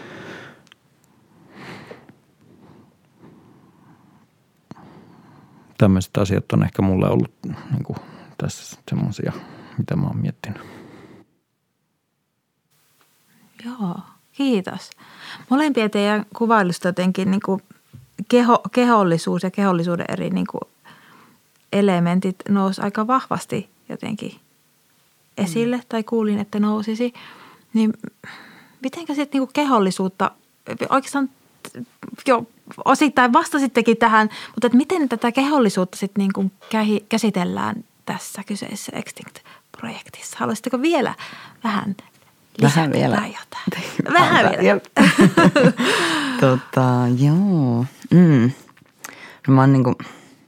tämmöiset asiat on ehkä mulle ollut niin kuin tässä semmoisia, mitä mä oon miettinyt. Joo, kiitos. Molempia teidän kuvailusta jotenkin niin kuin kehollisuus ja kehollisuuden eri niin kuin elementit nousi aika vahvasti jotenkin esille tai kuulin, että nousisi. Niin mitenkä sitten niin kuin kehollisuutta, oikeastaan jo osittain vastasittekin tähän, mutta että miten tätä kehollisuutta sitten niin kuin käsitellään tässä kyseisessä Extinct-projektissa? Haluaisitteko vielä vähän lisätä jotain? Vähän vielä. Joo. No mä oon niinku,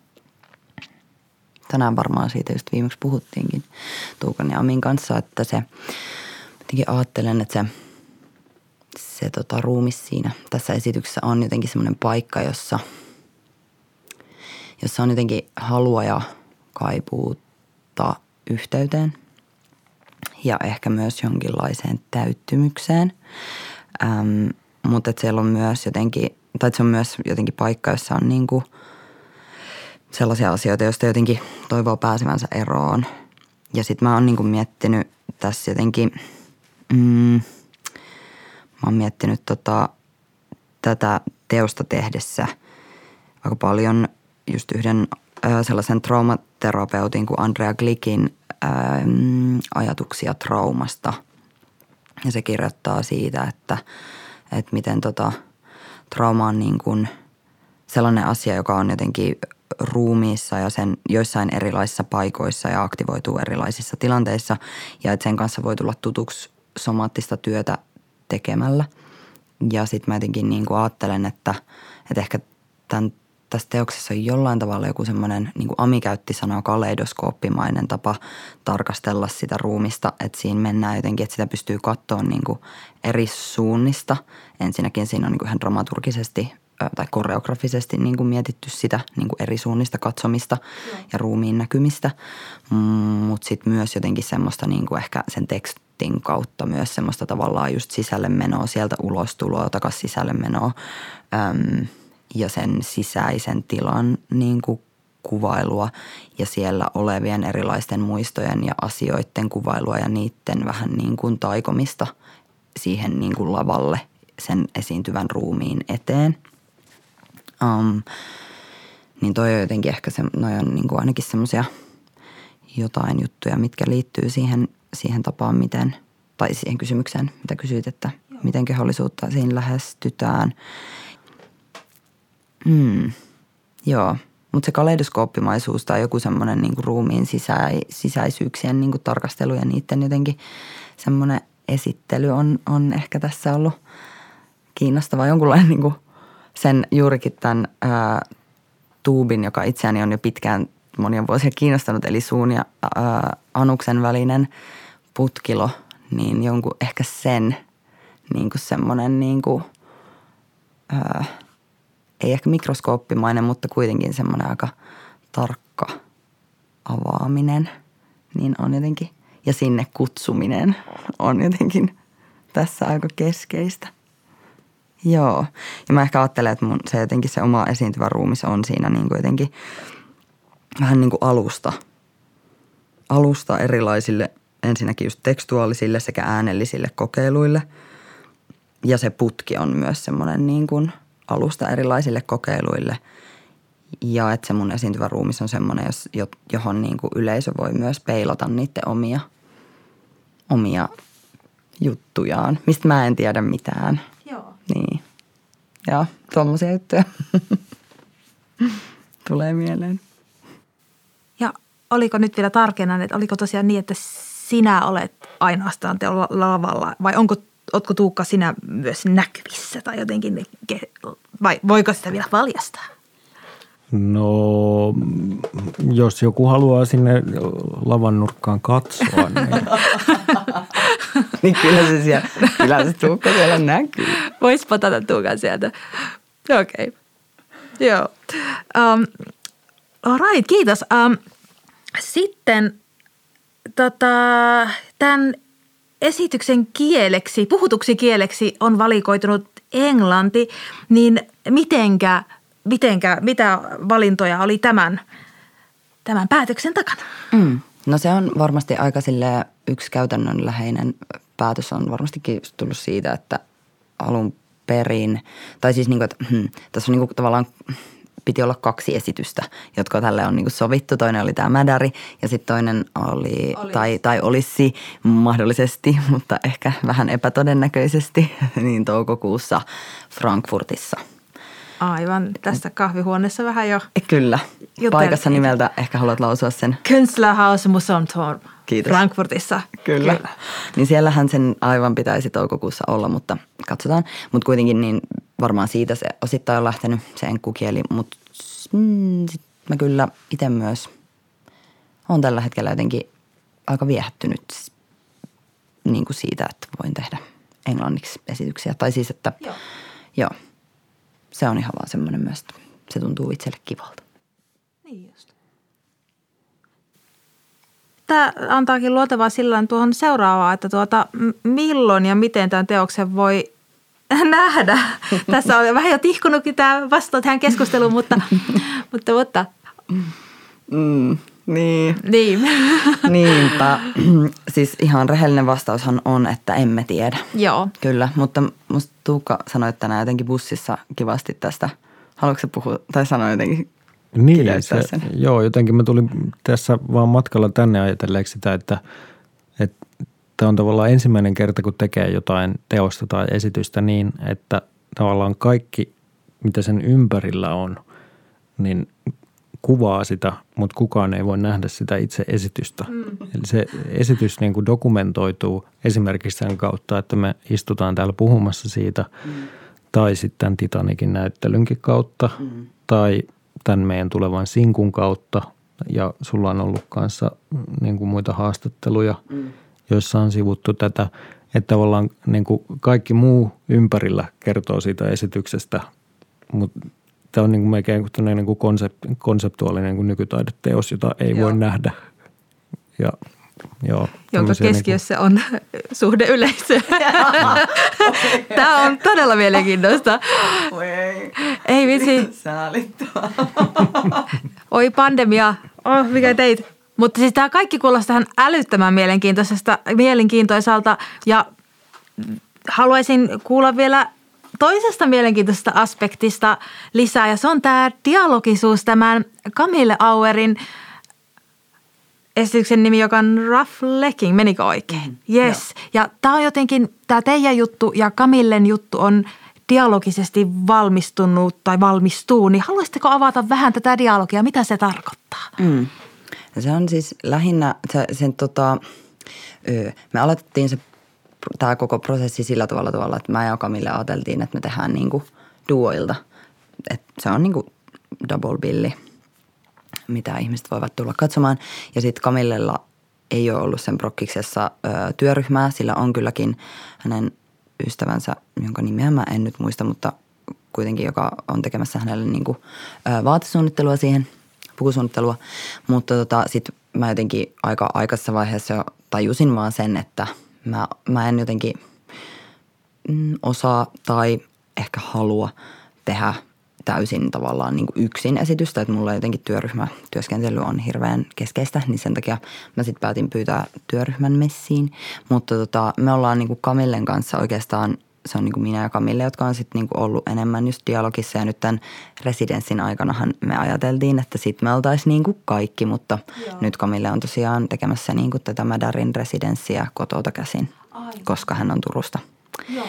tänään varmaan siitä just viimeksi puhuttiinkin Tuukan ja Amin kanssa, että se, jotenkin ajattelen, että se ruumis siinä tässä esityksessä on jotenkin semmoinen paikka, jossa on jotenkin halua ja kaipuutta yhteyteen ja ehkä myös jonkinlaiseen täyttymykseen. Mutta siellä on myös jotenkin, tai se on myös jotenkin paikka, jossa on niinku sellaisia asioita, joista jotenkin toivoo pääsevänsä eroon. Ja sitten mä oon niinku miettinyt tässä jotenkin, mä oon miettinyt tätä teosta tehdessä aika paljon just yhden sellaisen traumaterapeutin kuin Andrea Glickin ajatuksia traumasta. Ja se kirjoittaa siitä, että miten trauma on niin kuin sellainen asia, joka on jotenkin ruumiissa ja sen joissain erilaisissa paikoissa ja aktivoituu erilaisissa tilanteissa. Ja että sen kanssa voi tulla tutuksi somaattista työtä tekemällä. Ja sitten mä jotenkin niin kuin ajattelen, että ehkä tässä teoksessa on jollain tavalla joku semmoinen, niin kuin Ami käytti sanaa, kaleidoskooppimainen tapa tarkastella sitä ruumista. Että siinä mennään jotenkin, että sitä pystyy katsoa niin kuin eri suunnista. Ensinnäkin siinä on niin kuin ihan dramaturgisesti tai koreografisesti niin kuin mietitty sitä niin kuin eri suunnista katsomista ja ruumiin näkymistä. Mutta sitten myös jotenkin semmoista niin kuin ehkä sen tekstin kautta myös semmoista tavallaan just sisälle menoa, sieltä ulostuloa, takaisin sisälle menoa ja sen sisäisen tilan niin kuin kuvailua ja siellä olevien erilaisten muistojen ja asioiden kuvailua ja niiden vähän niin kuin taikomista siihen niin kuin lavalle sen esiintyvän ruumiin eteen. Niin toi on jotenkin ehkä noi on niin kuin ainakin semmoisia jotain juttuja, mitkä liittyy siihen tapaan, miten, tai siihen kysymykseen, mitä kysyit, että miten kehollisuutta siinä lähestytään. Joo, mutta se kaleidoskooppimaisuus tai joku semmoinen niin kuin ruumiin sisäisyyksien niin kuin tarkastelu ja niiden jotenkin semmoinen esittely on ehkä tässä ollut kiinnostava. Jonkunlainen niin kuin sen juurikin tämän tuubin, joka itseäni on jo pitkään monia vuosia kiinnostanut, eli suun ja anuksen välinen putkilo, niin jonkun ehkä sen niin kuin semmoinen niin kuin, ei ehkä mikroskooppimainen, mutta kuitenkin semmoinen aika tarkka avaaminen, niin on jotenkin, ja sinne kutsuminen on jotenkin tässä aika keskeistä. Joo, ja mä ehkä ajattelen, että se jotenkin se oma esiintyvä ruumis on siinä niin kuin jotenkin vähän niin kuin alusta erilaisille, ensinnäkin just tekstuaalisille sekä äänellisille kokeiluille. Ja se putki on myös semmoinen niin kuin alusta erilaisille kokeiluille. Ja että se mun esiintyvä ruumis on semmoinen, johon niin kuin yleisö voi myös peilata niiden omia juttujaan, mistä mä en tiedä mitään. Joo. Niin. Ja tuommoisia juttuja tulee mieleen. Ja oliko nyt vielä tarkennan, että oliko tosiaan niin, että sinä olet ainoastaan teolla lavalla vai ootko Tuukka sinä myös näkyvissä tai jotenkin, vai voiko sitä vielä valjastaa? No, jos joku haluaa sinne lavan nurkkaan katsoa, niin niin kyllä se Tuukka siellä näkyy. Vois patata Tuukan sieltä. Okei. Joo. All right, kiitos. Sitten tämän esityksen kieleksi, puhutuksi kieleksi on valikoitunut englanti, niin mitä valintoja oli tämän päätöksen takana? No se on varmasti aika yksi käytännönläheinen päätös on varmastikin tullut siitä, että alun perin, tai siis niin kuin, että tässä on niin kuin tavallaan piti olla 2 esitystä, jotka tälle on niin kuin sovittu. Toinen oli tämä Mädäri ja sitten toinen oli, tai olisi mahdollisesti, mutta ehkä vähän epätodennäköisesti, niin toukokuussa Frankfurtissa. Aivan, tässä kahvihuoneessa vähän jo. Kyllä, paikassa nimeltä ehkä haluat lausua sen. Künstlerhaus Museumturm. Kiitos. Frankfurtissa. Kyllä. Niin siellähän sen aivan pitäisi toukokuussa olla, mutta katsotaan. Mutta kuitenkin niin varmaan siitä se osittain on lähtenyt se enkkukieli, mutta sit mä kyllä itse myös olen tällä hetkellä jotenkin aika viehättynyt niin kuin siitä, että voin tehdä englanniksi esityksiä. Tai siis, että joo, se on ihan vaan semmoinen myös, että se tuntuu itselle kivalta. Niin just. Tämä antaakin luotavaa silloin tuohon seuraavaan, että milloin ja miten tämän teoksen voi nähdä. Tässä on vähän jo tihkunutkin tämä vastaus tähän keskusteluun, mutta. Niin. Niinpä. Siis ihan rehellinen vastaushan on, että emme tiedä. Joo. Kyllä, mutta musta Tuukka sanoi tänään jotenkin bussissa kivasti tästä. Haluatko sä puhua tai sanoa jotenkin? Niin, joo, jotenkin mä tulin tässä vaan matkalla tänne ajatelleeksi sitä, että tämä on tavallaan ensimmäinen kerta, kun tekee jotain teosta tai esitystä niin, että tavallaan kaikki, mitä sen ympärillä on, niin kuvaa sitä, mutta kukaan ei voi nähdä sitä itse esitystä. Eli se esitys niin kuin dokumentoituu esimerkiksi sen kautta, että me istutaan täällä puhumassa siitä, tai sitten Titanicin näyttelynkin kautta, tai tämän meidän tulevan sinkun kautta, ja sulla on ollut kanssa niin kuin muita haastatteluja, joissa on sivuttu tätä, että tavallaan niin kuin kaikki muu ympärillä kertoo siitä esityksestä tämä on niin kuin melkein niin kuin konseptuaalinen niin kuin nykytaideteos, jota ei voi nähdä. Ja, jonka keskiössä niin kuin on suhde yleisöön. Tämä on todella mielenkiintoista. Ei vitsi. Säälittävää. Oi pandemia. Mikä teit? Mutta siis tämä kaikki kuulostaa ihan älyttömän mielenkiintoisalta ja haluaisin kuulla vielä toisesta mielenkiintoisesta aspektista lisää ja se on tämä dialogisuus tämän Camille Auerin esityksen nimi, joka on Roughlecking. Menikö oikein? Yes. Ja tämä on jotenkin, tämä teidän juttu ja Camillen juttu on dialogisesti valmistunut tai valmistuu, niin haluaisitteko avata vähän tätä dialogia? Mitä se tarkoittaa? Se on siis lähinnä, me aloitettiin tämä koko prosessi sillä tavalla, että mä ja Camille ajateltiin, että me tehdään niinku duoilta. Että se on niinku double billi, mitä ihmiset voivat tulla katsomaan. Ja sitten Camillella ei ole ollut sen prokkiksessa työryhmää, sillä on kylläkin hänen ystävänsä, jonka nimeä mä en nyt muista, mutta kuitenkin, joka on tekemässä hänelle niinku vaatesuunnittelua siihen, pukusuunnittelua. Mutta sitten mä jotenkin aika aikaisessa vaiheessa jo tajusin vaan sen, että mä en jotenkin osaa tai ehkä halua tehdä täysin tavallaan niin kuin yksin esitystä, että mulla jotenkin työryhmätyöskentely on hirveän keskeistä, niin sen takia mä sitten päätin pyytää työryhmän messiin. Mutta me ollaan niin kuin Camillen kanssa oikeastaan, se on niin kuin minä ja Camille, jotka on sitten niin kuin ollut enemmän just dialogissa ja nyt tämän residenssin aikanahan me ajateltiin, että sitten me oltaisiin niin kuin kaikki, mutta nyt Camille on tosiaan tekemässä niin kuin tätä Mädärin residenssiä kotota käsin, koska hän on Turusta. Joo.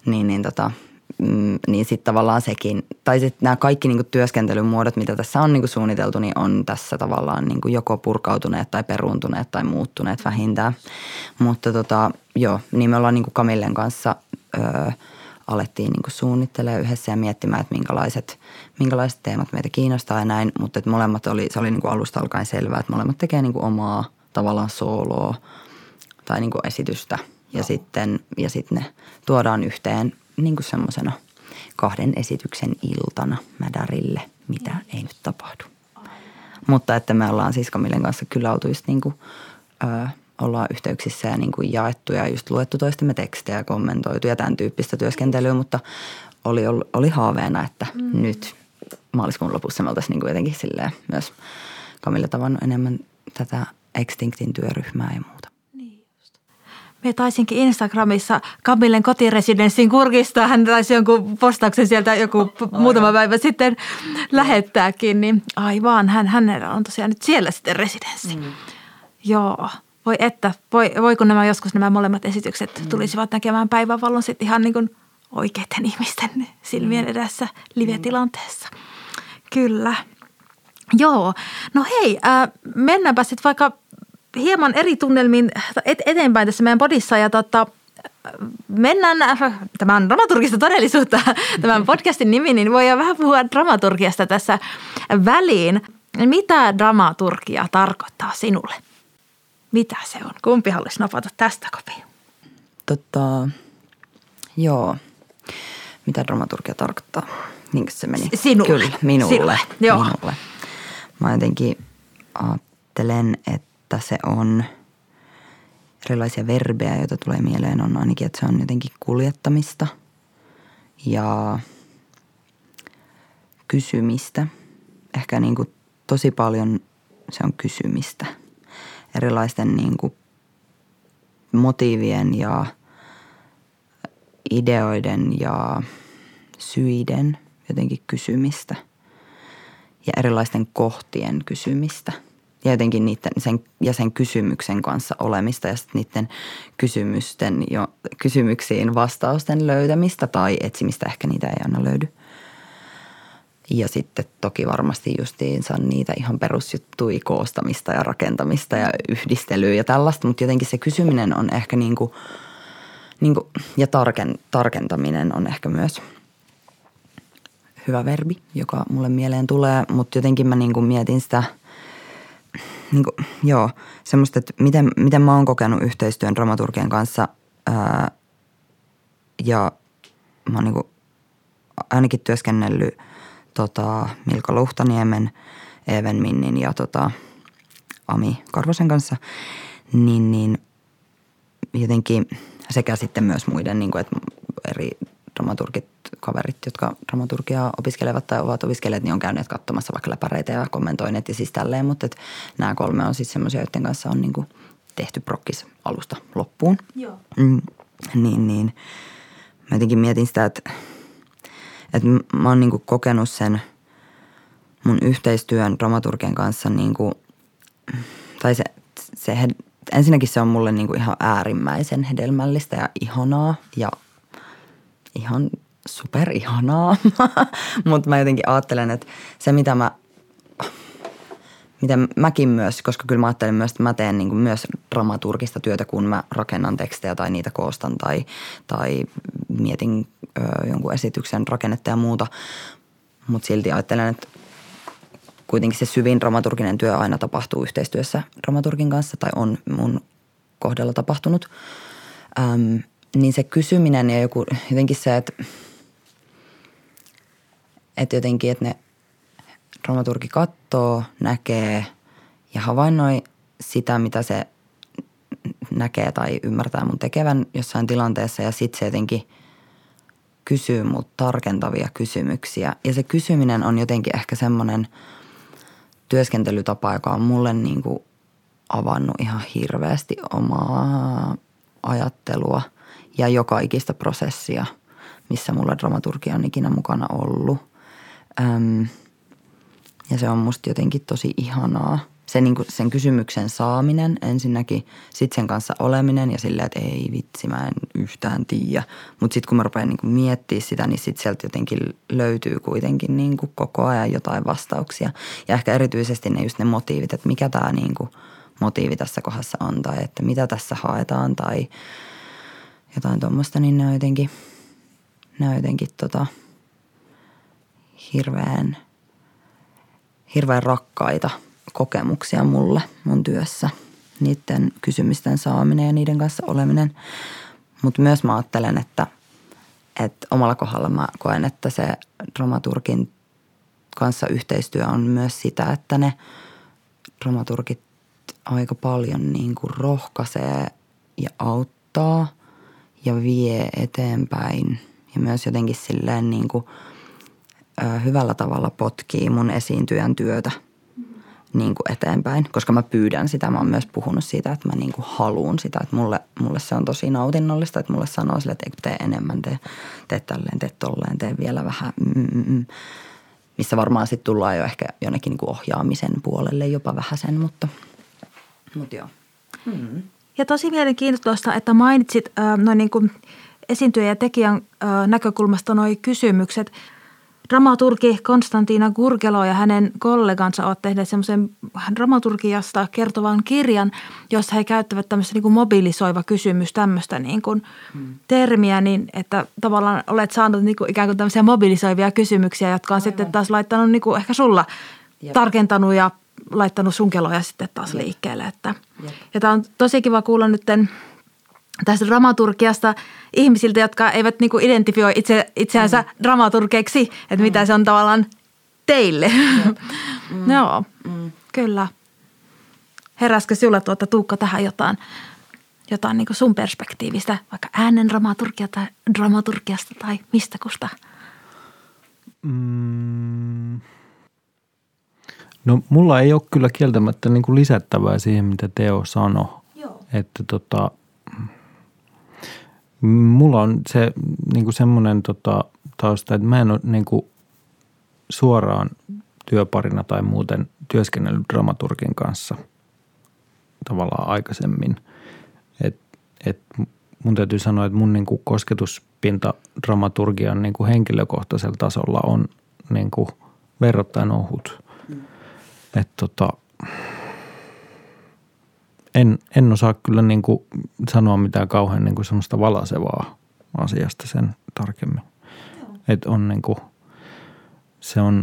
Niin sitten tavallaan sekin, tai sitten nämä kaikki niinku työskentelymuodot, mitä tässä on niinku suunniteltu, niin on tässä tavallaan niinku joko purkautuneet tai peruuntuneet tai muuttuneet vähintään. Mutta niin me ollaan niinku Camillen kanssa alettiin niinku suunnittelemaan yhdessä ja miettimään, että minkälaiset teemat meitä kiinnostaa ja näin. Mutta että molemmat se oli niinku alusta alkaen selvää, että molemmat tekee niinku omaa tavallaan sooloa tai niinku esitystä ja sitten ne tuodaan yhteen niin kuin semmoisena 2 esityksen iltana Mädärille, mitä ei nyt tapahdu. Mutta että me ollaan siis Camillen kanssa kyllä oltu just niin kuin, ollaan yhteyksissä ja niin kuin jaettu ja just luettu toistemme tekstejä ja kommentoitu ja tämän tyyppistä työskentelyä, mutta oli haaveena, että nyt maaliskuun lopussa me oltaisiin niin kuin jotenkin silleen myös Camille tavannut enemmän tätä Extinctin työryhmää ja muuta. Me taisinkin Instagramissa Camillen kotiresidenssin kurkistaa. Hän taisi jonkun postauksen sieltä muutama päivä sitten lähettääkin. Niin aivan, hänellä on tosiaan nyt siellä sitten residenssi. Joo, voi kun joskus nämä molemmat esitykset tulisivat näkemään päivänvalon sitten ihan niin kuin oikeiden ihmisten silmien edessä live-tilanteessa. Kyllä. Joo, no hei, mennäänpä sitten vaikka hieman eri tunnelmiin eteenpäin tässä meidän podissa ja mennään, tämä on dramaturgista todellisuutta, tämän podcastin nimi, niin voi jo vähän puhua dramaturgiasta tässä väliin. Mitä dramaturgia tarkoittaa sinulle? Mitä se on? Kumpi haluaisi napata tästä kopia? Joo. Mitä dramaturgia tarkoittaa? Niinkö se meni? Sinulle. Kyllä, minulle. Joo. Minulle. Mä jotenkin ajattelen, että se on erilaisia verbejä, joita tulee mieleen. On ainakin, että se on jotenkin kuljettamista ja kysymistä. Ehkä niin kuin tosi paljon se on kysymistä. Erilaisten niin kuin motiivien ja ideoiden ja syiden jotenkin kysymistä. Ja erilaisten kohtien kysymistä. Ja jotenkin sen kysymyksen kanssa olemista ja sitten niiden kysymyksiin vastausten löytämistä tai etsimistä. Ehkä niitä ei aina löydy. Ja sitten toki varmasti justiinsa niitä ihan perusjuttuja koostamista ja rakentamista ja yhdistelyä ja tällaista. Mutta jotenkin se kysyminen on ehkä niinku ja tarkentaminen on ehkä myös hyvä verbi, joka mulle mieleen tulee. Mutta jotenkin mä niinku mietin sitä semmoista, että miten mä oon kokenut yhteistyön dramaturgien kanssa ja mä oon ainakin työskennellyt Milka Luhtaniemen, Even Minnin ja Ami Karvosen kanssa, niin jotenkin sekä sitten myös muiden, niin kuin, että eri dramaturgit, kaverit, jotka dramaturgiaa opiskelevat tai ovat opiskelleet, niin on käyneet katsomassa vaikka läpäreitä ja kommentoineet ja siis tälleen, mutta nämä 3 on siis semmoisia, joiden kanssa on niin kuin tehty prokkis alusta loppuun. Joo. Niin. Mä jotenkin mietin sitä, että mä oon niin kuin kokenut sen mun yhteistyön dramaturgien kanssa niin kuin, tai ensinnäkin se on mulle niin kuin ihan äärimmäisen hedelmällistä ja ihanaa ja ihan superihanaa, mutta mä jotenkin ajattelen, että se mitä mäkin myös, koska kyllä mä ajattelen myös, että mä teen niin kuin myös dramaturgista työtä, kun mä rakennan tekstejä tai niitä koostan tai mietin jonkun esityksen rakennetta ja muuta, mutta silti ajattelen, että kuitenkin se syvin dramaturginen työ aina tapahtuu yhteistyössä dramaturgin kanssa tai on mun kohdalla tapahtunut. Niin se kysyminen ja jotenkin se, että jotenkin, että ne dramaturgi katsoo, näkee ja havainnoi sitä, mitä se näkee tai ymmärtää mun tekevän jossain tilanteessa ja sitten se jotenkin kysyy mut tarkentavia kysymyksiä. Ja se kysyminen on jotenkin ehkä semmoinen työskentelytapa, joka on mulle niin kuin avannut ihan hirveästi omaa ajattelua ja joka ikistä prosessia, missä mulla dramaturgia on ikinä mukana ollut. Ja se on musta jotenkin tosi ihanaa. Se niin kuin sen kysymyksen saaminen ensinnäkin, sitten sen kanssa oleminen ja silleen, että ei vitsi, mä en yhtään tiedä. Mutta sitten kun mä rupean niin kuin miettimään sitä, niin sitten sieltä jotenkin löytyy kuitenkin niin kuin koko ajan jotain vastauksia. Ja ehkä erityisesti ne motiivit, että mikä tämä niin kuin motiivi tässä kohdassa on tai että mitä tässä haetaan tai jotain tuommoista, niin ne on jotenkin hirveän rakkaita kokemuksia mulle mun työssä. Niiden kysymysten saaminen ja niiden kanssa oleminen. Mutta myös mä ajattelen, että omalla kohdalla mä koen, että se dramaturgin kanssa yhteistyö on myös sitä, että ne dramaturgit aika paljon niin kuin rohkaisee ja auttaa ja vie eteenpäin. Ja myös jotenkin silleen niin kuin hyvällä tavalla potkii mun esiintyjän työtä niin kuin eteenpäin, koska mä pyydän sitä. Mä oon myös puhunut siitä, että mä niin kuin haluun sitä, että mulle se on tosi nautinnollista, että mulle sanoo sille, että tee enemmän, tee tälleen, tee tolleen, tee vielä vähän, missä varmaan sitten tullaan jo ehkä jonnekin niin kuin ohjaamisen puolelle jopa vähäsen, mutta joo. Ja tosi mielenkiintoista, että mainitsit noin niin kuin esiintyjän ja tekijän näkökulmasta nuo kysymykset. Dramaturgi Konstantiina Gurgelo ja hänen kollegansa ovat tehneet semmoisen dramaturgiasta kertovan kirjan, jossa he käyttävät tämmöistä niin kuin mobilisoiva kysymys, tämmöistä niin kuin termiä, niin että tavallaan olet saanut niin kuin ikään kuin tämmöisiä mobilisoivia kysymyksiä, jotka on sitten taas laittanut niin kuin ehkä sulla tarkentanut ja laittanut sun keloja sitten taas liikkeelle. Ja tämä on tosi kiva kuulla nyt tästä dramaturgiasta ihmisiltä, jotka eivät niinku identifioi itseänsä dramaturgeiksi, että mitä se on tavallaan teille. Joo, kyllä. Heräskö sinulla Tuukka tähän jotain niinku sun perspektiivistä, vaikka äänen dramaturgiasta tai mistä kusta? No mulla ei ole kyllä kieltämättä niinku lisättävää siihen, mitä Teo sanoi. Joo. Että mulla on se niinku semmoinen tausta, että mä en ole niinku suoraan työparina tai muuten työskennellyt dramaturgin kanssa tavallaan aikaisemmin. Et mun täytyy sanoa, että mun niinku kosketuspinta dramaturgian niinku henkilökohtaisella tasolla on niinku verrattain ohut. En osaa kyllä niin kuin sanoa mitään kauhean niin kuin semmoista valaisevaa asiasta sen tarkemmin. Että on niin kuin, se on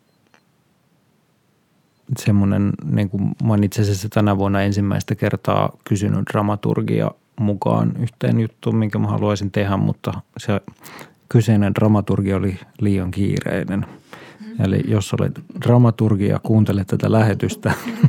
semmoinen, niin kuin mä oon itse asiassa tänä vuonna ensimmäistä kertaa kysynyt dramaturgia mukaan yhteen juttuun, minkä mä haluaisin tehdä, mutta se kyseinen dramaturgi oli liian kiireinen. Eli jos olet dramaturgi ja kuuntelet tätä lähetystä,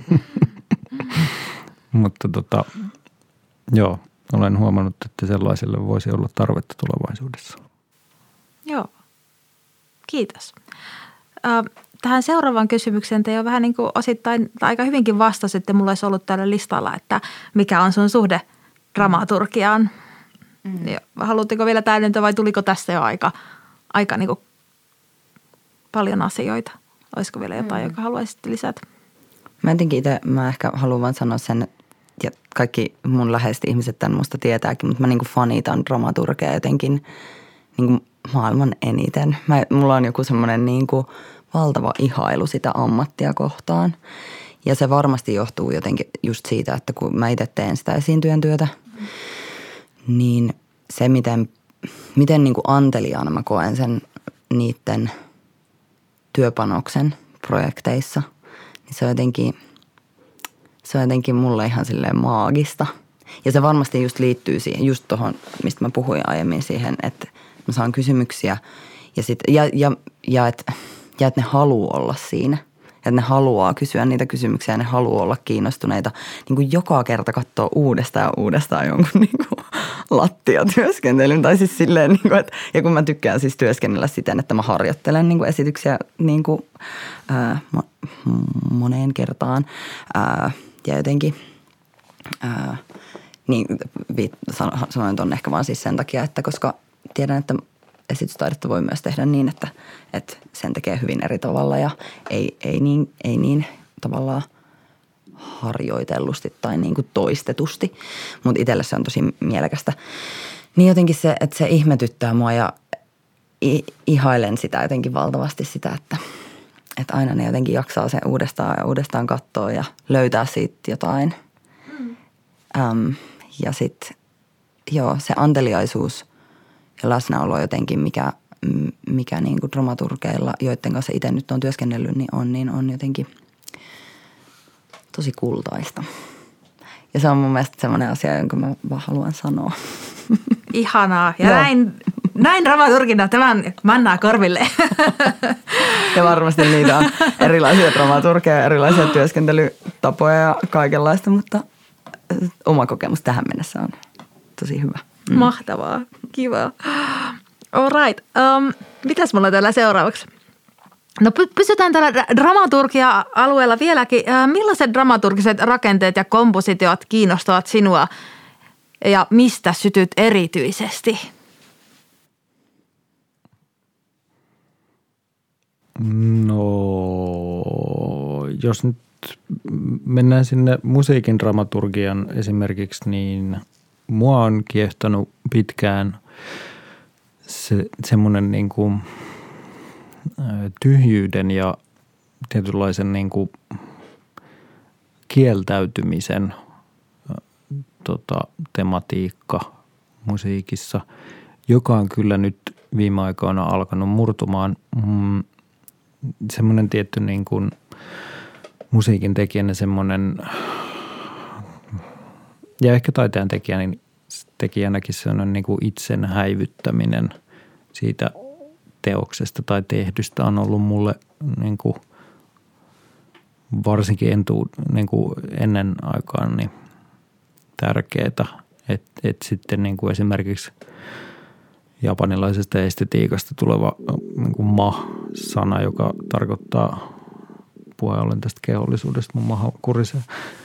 mutta joo, olen huomannut, että sellaiselle voisi olla tarvetta tulevaisuudessa. Joo, kiitos. Tähän seuraavaan kysymykseen te jo vähän niin kuin osittain aika hyvinkin vastasitte. Mulla olisi ollut täällä listalla, että mikä on sun suhde dramaturgiaan. Haluatteko vielä täydentää vai tuliko tässä jo aika niin kuin paljon asioita? Olisiko vielä jotain, joka haluaisitte lisätä? Mä jotenkin mä ehkä haluan vaan sanoa sen, ja kaikki mun läheiset ihmiset tämän musta tietääkin, mutta mä niin kuin fanitan dramaturgia jotenkin niin kuin maailman eniten. Mulla on joku semmoinen niin kuin valtava ihailu sitä ammattia kohtaan. Ja se varmasti johtuu jotenkin just siitä, että kun mä itse teen sitä esiintyjän työtä, niin se miten niin kuin anteliaana mä koen sen niiden työpanoksen projekteissa, niin se on jotenkin mulle ihan silleen maagista. Ja se varmasti just liittyy siihen, just tuohon, mistä mä puhuin aiemmin siihen, että mä saan kysymyksiä ja että ne haluaa olla siinä. Että ne haluaa kysyä niitä kysymyksiä ja ne haluaa olla kiinnostuneita. Niin kuin joka kerta katsoo uudestaan ja uudestaan jonkun niin kuin lattiatyöskentelyn. Tai siis silleen, niin kuin, että, ja kun mä tykkään siis työskennellä siten, että mä harjoittelen niin kuin esityksiä niin kuin, moneen kertaan. Ja jotenkin niin, sanoin ton ehkä vaan siis sen takia, että koska tiedän, että esitystaidetta voi myös tehdä niin, että sen tekee hyvin eri tavalla ja ei niin tavallaan harjoitellusti tai niin kuin toistetusti, mutta itselle se on tosi mielekästä. Niin jotenkin se, että se ihmetyttää mua ja ihailen sitä jotenkin valtavasti sitä, että aina ne jotenkin jaksaa sen uudestaan ja uudestaan katsoa ja löytää siitä jotain. Ja sitten joo, se anteliaisuus ja läsnäolo jotenkin, mikä niin kuin dramaturgeilla, joiden kanssa itse nyt on työskennellyt, niin on jotenkin tosi kultaista. Ja se on mun mielestä semmoinen asia, jonka mä vaan haluan sanoa. Ihanaa. Ja näin dramaturgina tämän mannaa korville. Ja varmasti niitä on erilaisia dramaturgeja, erilaisia työskentelytapoja ja kaikenlaista, mutta oma kokemus tähän mennessä on tosi hyvä. Mahtavaa. Kiva. All right. Mitäs mulla on täällä seuraavaksi? No pysytään täällä dramaturgia-alueella vieläkin. Millaiset dramaturgiset rakenteet ja kompositiot kiinnostavat sinua ja mistä sytyt erityisesti? No, jos nyt mennään sinne musiikin dramaturgian esimerkiksi, niin mua on kiehtonut pitkään semmoinen niin kuin tyhjyyden ja tietynlaisen niin kuin kieltäytymisen tematiikka musiikissa, joka on kyllä nyt viime aikoina alkanut murtumaan. Semmoinen tietty niin kuin musiikin tekijänä semmoinen, ja ehkä taiteen tekijänäkin semmoinen niin kuin itsen häivyttäminen siitä teoksesta tai tehdystä on ollut mulle niin kuin varsinkin niin kuin ennen aikaan niin tärkeää, että sitten niin kuin esimerkiksi japanilaisesta estetiikasta tuleva niin kuin ma-sana, joka tarkoittaa, puheen ollen tästä kehollisuudesta, mun maha kurisee,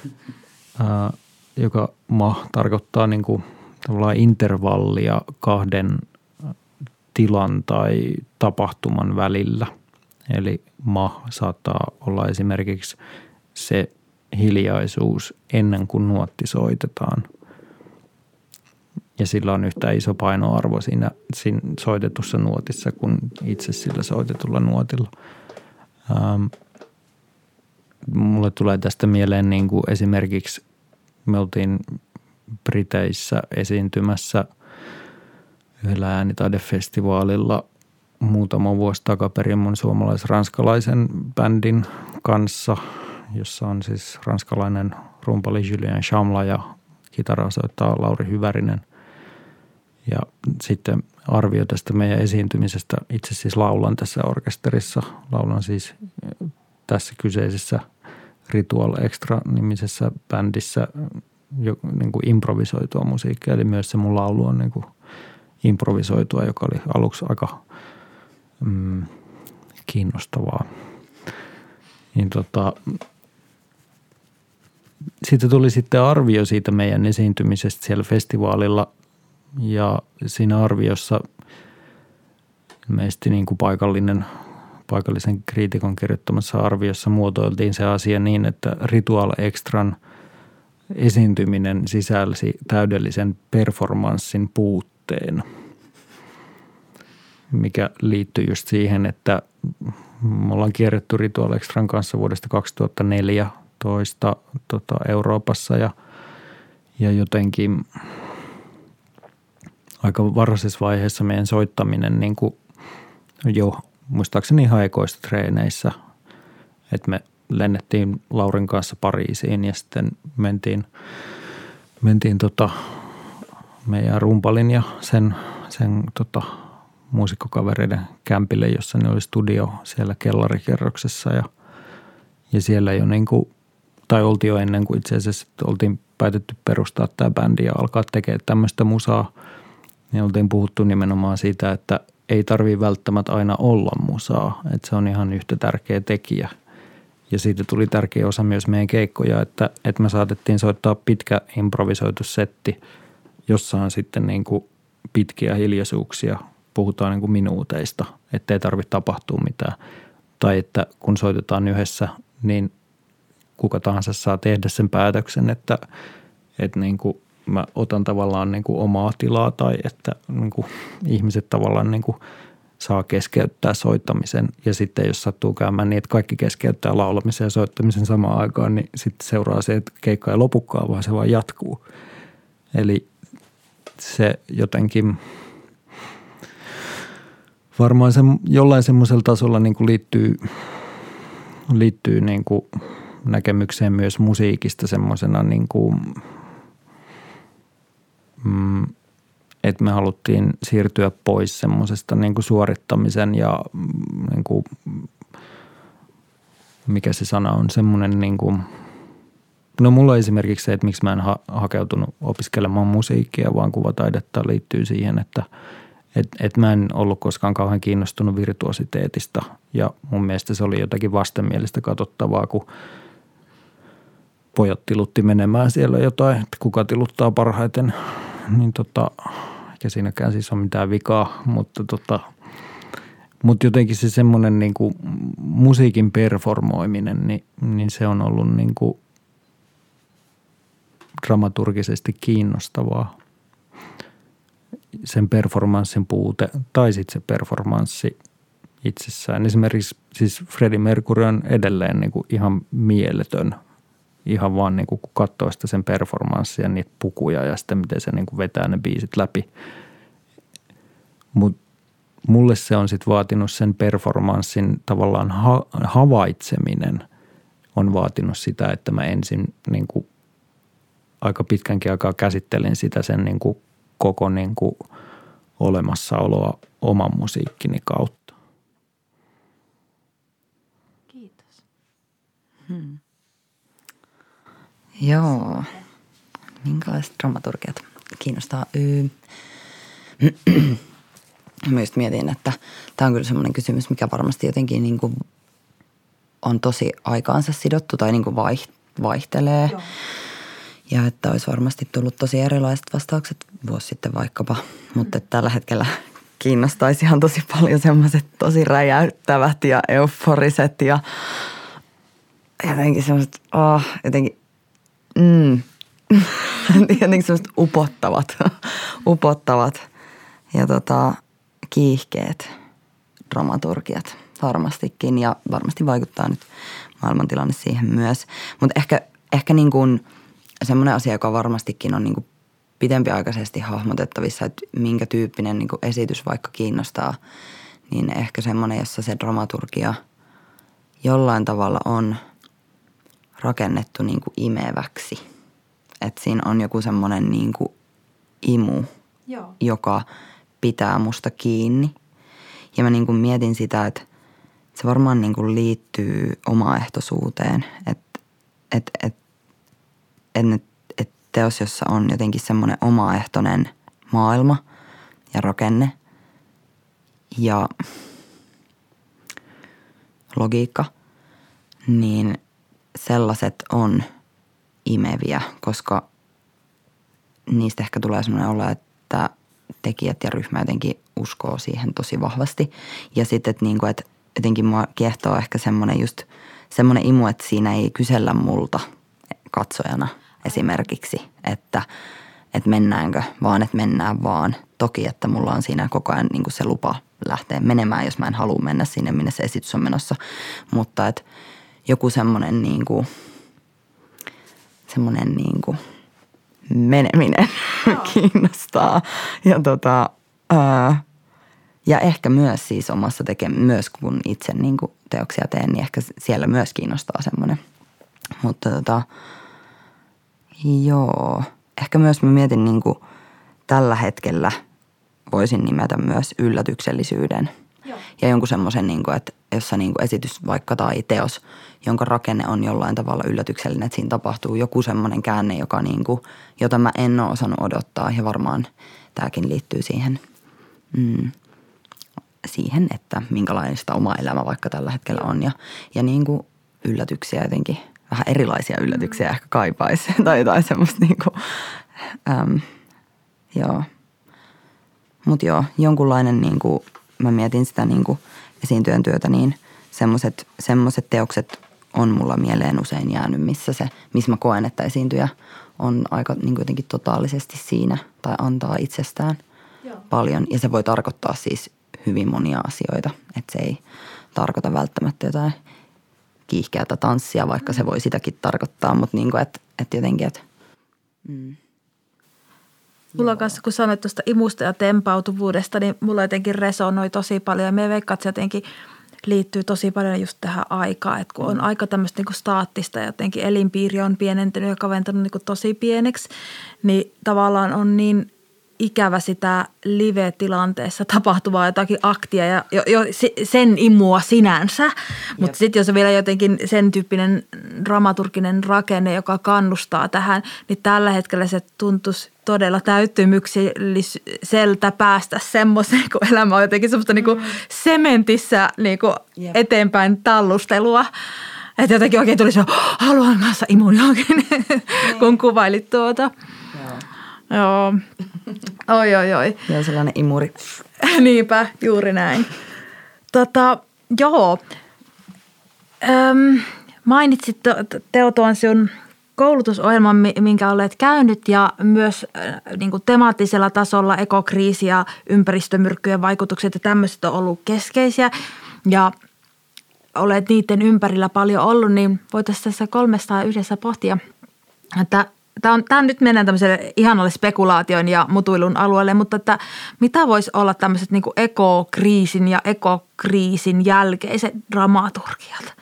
joka tarkoittaa niin kuin tavallaan intervallia kahden tilan tai tapahtuman välillä. Eli saattaa olla esimerkiksi se hiljaisuus ennen kuin nuotti soitetaan. Ja sillä on yhtä iso painoarvo siinä soitetussa nuotissa kuin itse sillä soitetulla nuotilla. Mulle tulee tästä mieleen niin kuin esimerkiksi me oltiin Briteissä esiintymässä yhdellä äänitaidefestivaalilla muutama vuosi takaperin mun suomalais-ranskalaisen bändin kanssa, jossa on siis ranskalainen rumpali Julien Chamla ja kitaraa soittaa Lauri Hyvärinen. Ja sitten arvio tästä meidän esiintymisestä. Itse siis laulan tässä orkesterissa. Laulan siis tässä kyseisessä Ritual Extra-nimisessä bändissä niin kuin improvisoitua musiikkia. Eli myös se mun laulu on niin kuin improvisoitua, joka oli aluksi aika kiinnostavaa. Niin sitten tuli sitten arvio siitä meidän esiintymisestä siellä festivaalilla ja siinä arviossa ilmeisesti niin kuin paikallisen kriitikon kirjoittamassa arviossa muotoiltiin se asia niin, että Ritual Extran esiintyminen sisälsi täydellisen performanssin puutteen, mikä liittyy just siihen, että me ollaan kierretty Ritual Extran kanssa vuodesta 2014 Euroopassa ja jotenkin aika varhaisessa vaiheessa meidän soittaminen niin kuin jo muistaakseni ihan ekoissa treeneissä, että me lennettiin Laurin kanssa Pariisiin ja sitten mentiin meidän rumpalin ja sen muusikkokavereiden kämpille, jossa ne oli studio siellä kellarikerroksessa ja siellä jo niin kuin, tai oltiin jo ennen kuin itse asiassa oltiin päätetty perustaa tämä bändi ja alkaa tekemään tämmöistä musaa, niin oltiin puhuttu nimenomaan siitä, että ei tarvitse välttämättä aina olla musaa, että se on ihan yhtä tärkeä tekijä. Ja siitä tuli tärkeä osa myös meidän keikkoja, että me saatettiin soittaa pitkä improvisoitu setti, jossa on sitten niin kuin pitkiä hiljaisuuksia, puhutaan niin kuin minuuteista, ettei tarvitse tapahtua mitään. Tai että kun soitetaan yhdessä, niin kuka tahansa saa tehdä sen päätöksen, että niin kuin mä otan tavallaan niin kuin omaa tilaa tai että niin kuin ihmiset tavallaan niin kuin saa keskeyttää soittamisen ja sitten jos sattuu käymään niin, että kaikki keskeyttää laulamisen ja soittamisen samaan aikaan, niin sitten seuraa se, että keikka ei lopukaan, vaan se vaan jatkuu. Eli se jotenkin varmaan se jollain semmoisella tasolla niin kuin liittyy niin kuin näkemykseen myös musiikista semmoisena niin kuin että me haluttiin siirtyä pois semmoisesta niin kuin suorittamisen ja niin kuin, mikä se sana on, semmoinen niin kuin, no mulla esimerkiksi se, että miksi mä en hakeutunut opiskelemaan musiikkia, vaan kuvataidetta liittyy siihen, että mä en ollut koskaan kauhean kiinnostunut virtuositeetista ja mun mielestä se oli jotakin vastenmielistä katsottavaa, kun pojat tilutti menemään siellä jotain, että kuka tiluttaa parhaiten, niin eikä siinäkään siis ole mitään vikaa, mutta jotenkin se semmoinen niin kuin musiikin performoiminen, niin se on ollut niin kuin dramaturgisesti kiinnostavaa. Sen performanssin puute tai sitten se performanssi itsessään. Esimerkiksi siis Freddie Mercury on edelleen niin kuin ihan mieletön. Ihan vaan niin kuin kun katsoo sitä sen performanssia, niitä pukuja ja sitten miten se niin kuin vetää ne biisit läpi. Mutta mulle se on sitten vaatinut sen performanssin tavallaan havaitseminen on vaatinut sitä, että mä ensin niin kuin aika pitkänkin aikaa käsittelin sitä sen niin kuin koko niin kuin olemassaoloa oman musiikkini kautta. Kiitos. Joo. Minkälaiset dramaturgiat kiinnostaa? Mä just mietin, että tämä on kyllä semmoinen kysymys, mikä varmasti jotenkin niin kuin on tosi aikaansa sidottu tai niin kuin vaihtelee. Joo. Ja että olisi varmasti tullut tosi erilaiset vastaukset vuosi sitten vaikkapa, mutta tällä hetkellä kiinnostaisi ihan tosi paljon semmoiset tosi räjäyttävät ja euforiset ja jotenkin semmoiset, jotenkin semmoiset upottavat ja kiihkeät dramaturgiat varmastikin ja varmasti vaikuttaa nyt maailmantilanne siihen myös. Mutta ehkä niin kuin semmoinen asia, joka varmastikin on niin kuin pitempiaikaisesti hahmotettavissa, että minkä tyyppinen niin kuin esitys vaikka kiinnostaa, niin ehkä semmoinen, jossa se dramaturgia jollain tavalla on rakennettu niin kuin imeväksi. Että siinä on joku semmoinen niin kuin imu joka pitää musta kiinni. Ja mä niin kuin mietin sitä, että se varmaan niin kuin liittyy omaehtoisuuteen, että teos, jossa on jotenkin semmoinen omaehtoinen maailma ja rakenne ja logiikka, niin sellaiset on imeviä, koska niistä ehkä tulee semmoinen olo, että tekijät ja ryhmä jotenkin uskoo siihen tosi vahvasti. Ja sitten, että jotenkin mua kiehtoo ehkä semmoinen imu, että siinä ei kysellä multa katsojana esimerkiksi, että mennäänkö, vaan että mennään vaan. Toki, että mulla on siinä koko ajan niin kuin se lupa lähteä menemään, jos mä en halua mennä sinne, minne se esitys on menossa. Mutta että joku semmoinen meneminen kiinnostaa. Ja ehkä myös siis omassa myös kun itse niin kuin teoksia teen, niin ehkä siellä myös kiinnostaa semmoinen. Mutta joo, ehkä myös mä mietin niin kuin tällä hetkellä voisin nimetä myös yllätyksellisyyden. Joo. Ja jonkun semmoisen, niin kuin, että jossa niin kuin esitys vaikka tai teos, jonka rakenne on jollain tavalla yllätyksellinen, että siinä tapahtuu joku semmoinen käänne, joka niin kuin, jota mä en ole osannut odottaa. Ja varmaan tämäkin liittyy siihen, että minkälaista oma elämä vaikka tällä hetkellä on. Ja niin kuin yllätyksiä jotenkin, vähän erilaisia yllätyksiä ehkä kaipaisi tai jotain semmoista niin kuin, joo. Mutta joo, jonkunlainen, niin kuin, mä mietin sitä niin kuin esiintyjän työtä, niin semmoiset teokset on mulla mieleen usein jäänyt, missä mä koen, että esiintyjä on aika niin kuin jotenkin totaalisesti siinä tai antaa itsestään paljon. Ja se voi tarkoittaa siis hyvin monia asioita, että se ei tarkoita välttämättä jotain kiihkeätä tanssia, vaikka se voi sitäkin tarkoittaa, mutta niin kuin, että jotenkin, että Mulla kanssa, kun sanoit tuosta imusta ja tempautuvuudesta, niin mulla jotenkin resonoi tosi paljon. Ja me veikkaan, että se jotenkin liittyy tosi paljon just tähän aikaan. Että kun on aika tämmöistä niin kuin staattista ja jotenkin elinpiiri on pienentynyt ja kaventunut niin kuin tosi pieneksi, niin tavallaan on niin ikävä sitä live-tilanteessa tapahtuvaa jotakin aktia ja jo sen imua sinänsä. Mutta sitten jos on vielä jotenkin sen tyyppinen dramaturginen rakenne, joka kannustaa tähän, niin tällä hetkellä se tuntuisi todella täyttymykselliseltä päästä semmoiseen, kun elämä on jotenkin semmoista niinku sementissä niinku eteenpäin tallustelua. Että jotenkin oikein tuli se, haluan kanssa imun johonkin, kun kuvailit tuota. Joo. Oi. Joo, sellainen imuri. Niinpä, juuri näin. Joo. Mainitsit Teo tuon sinun koulutusohjelman, minkä olet käynyt ja myös niin kuin temaattisella tasolla ekokriisi ja ympäristömyrkkyjen vaikutukset ja tämmöiset on ollut keskeisiä ja olet niiden ympärillä paljon ollut, niin voitaisiin tässä 301 pohtia, että Tämä nyt mennään tämmöiselle ihanalle spekulaation ja mutuilun alueelle, mutta että mitä voisi olla tämmöiset niin kuin ekokriisin ja ekokriisin jälkeiset dramaturgiat?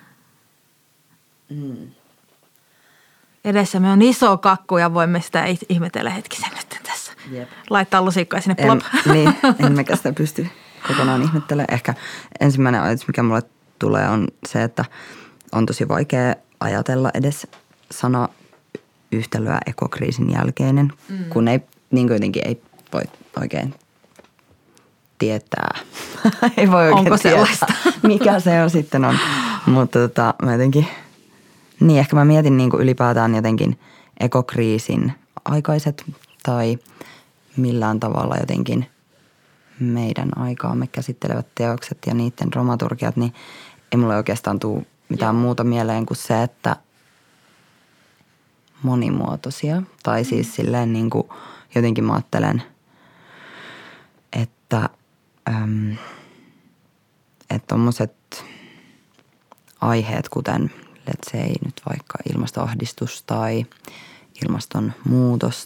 Edessämme on iso kakku ja voimme sitä ihmetellä hetkisen nyt tässä. Jep. Laittaa lusikkoja sinne plop. Niin, emmekä sitä pysty kokonaan ihmettelemään. Ehkä ensimmäinen ajatus, mikä mulle tulee, on se, että on tosi vaikea ajatella edes sana yhtälöä ekokriisin jälkeinen, kun ei, niin jotenkin ei voi oikein tietää. Ei voi oikein onko tietää, sellaista? mikä se on sitten on. Mutta mä jotenkin, niin ehkä mä mietin niin kuin ylipäätään jotenkin ekokriisin aikaiset tai millään tavalla jotenkin meidän aikaamme käsittelevät teokset ja niiden dramaturgiat, niin ei mulle oikeastaan tule mitään muuta mieleen kuin se, että monimuotoisia. Tai siis silleen niin kuin jotenkin mä ajattelen, että tommoset aiheet, kuten let's say nyt vaikka ilmastoahdistus tai ilmastonmuutos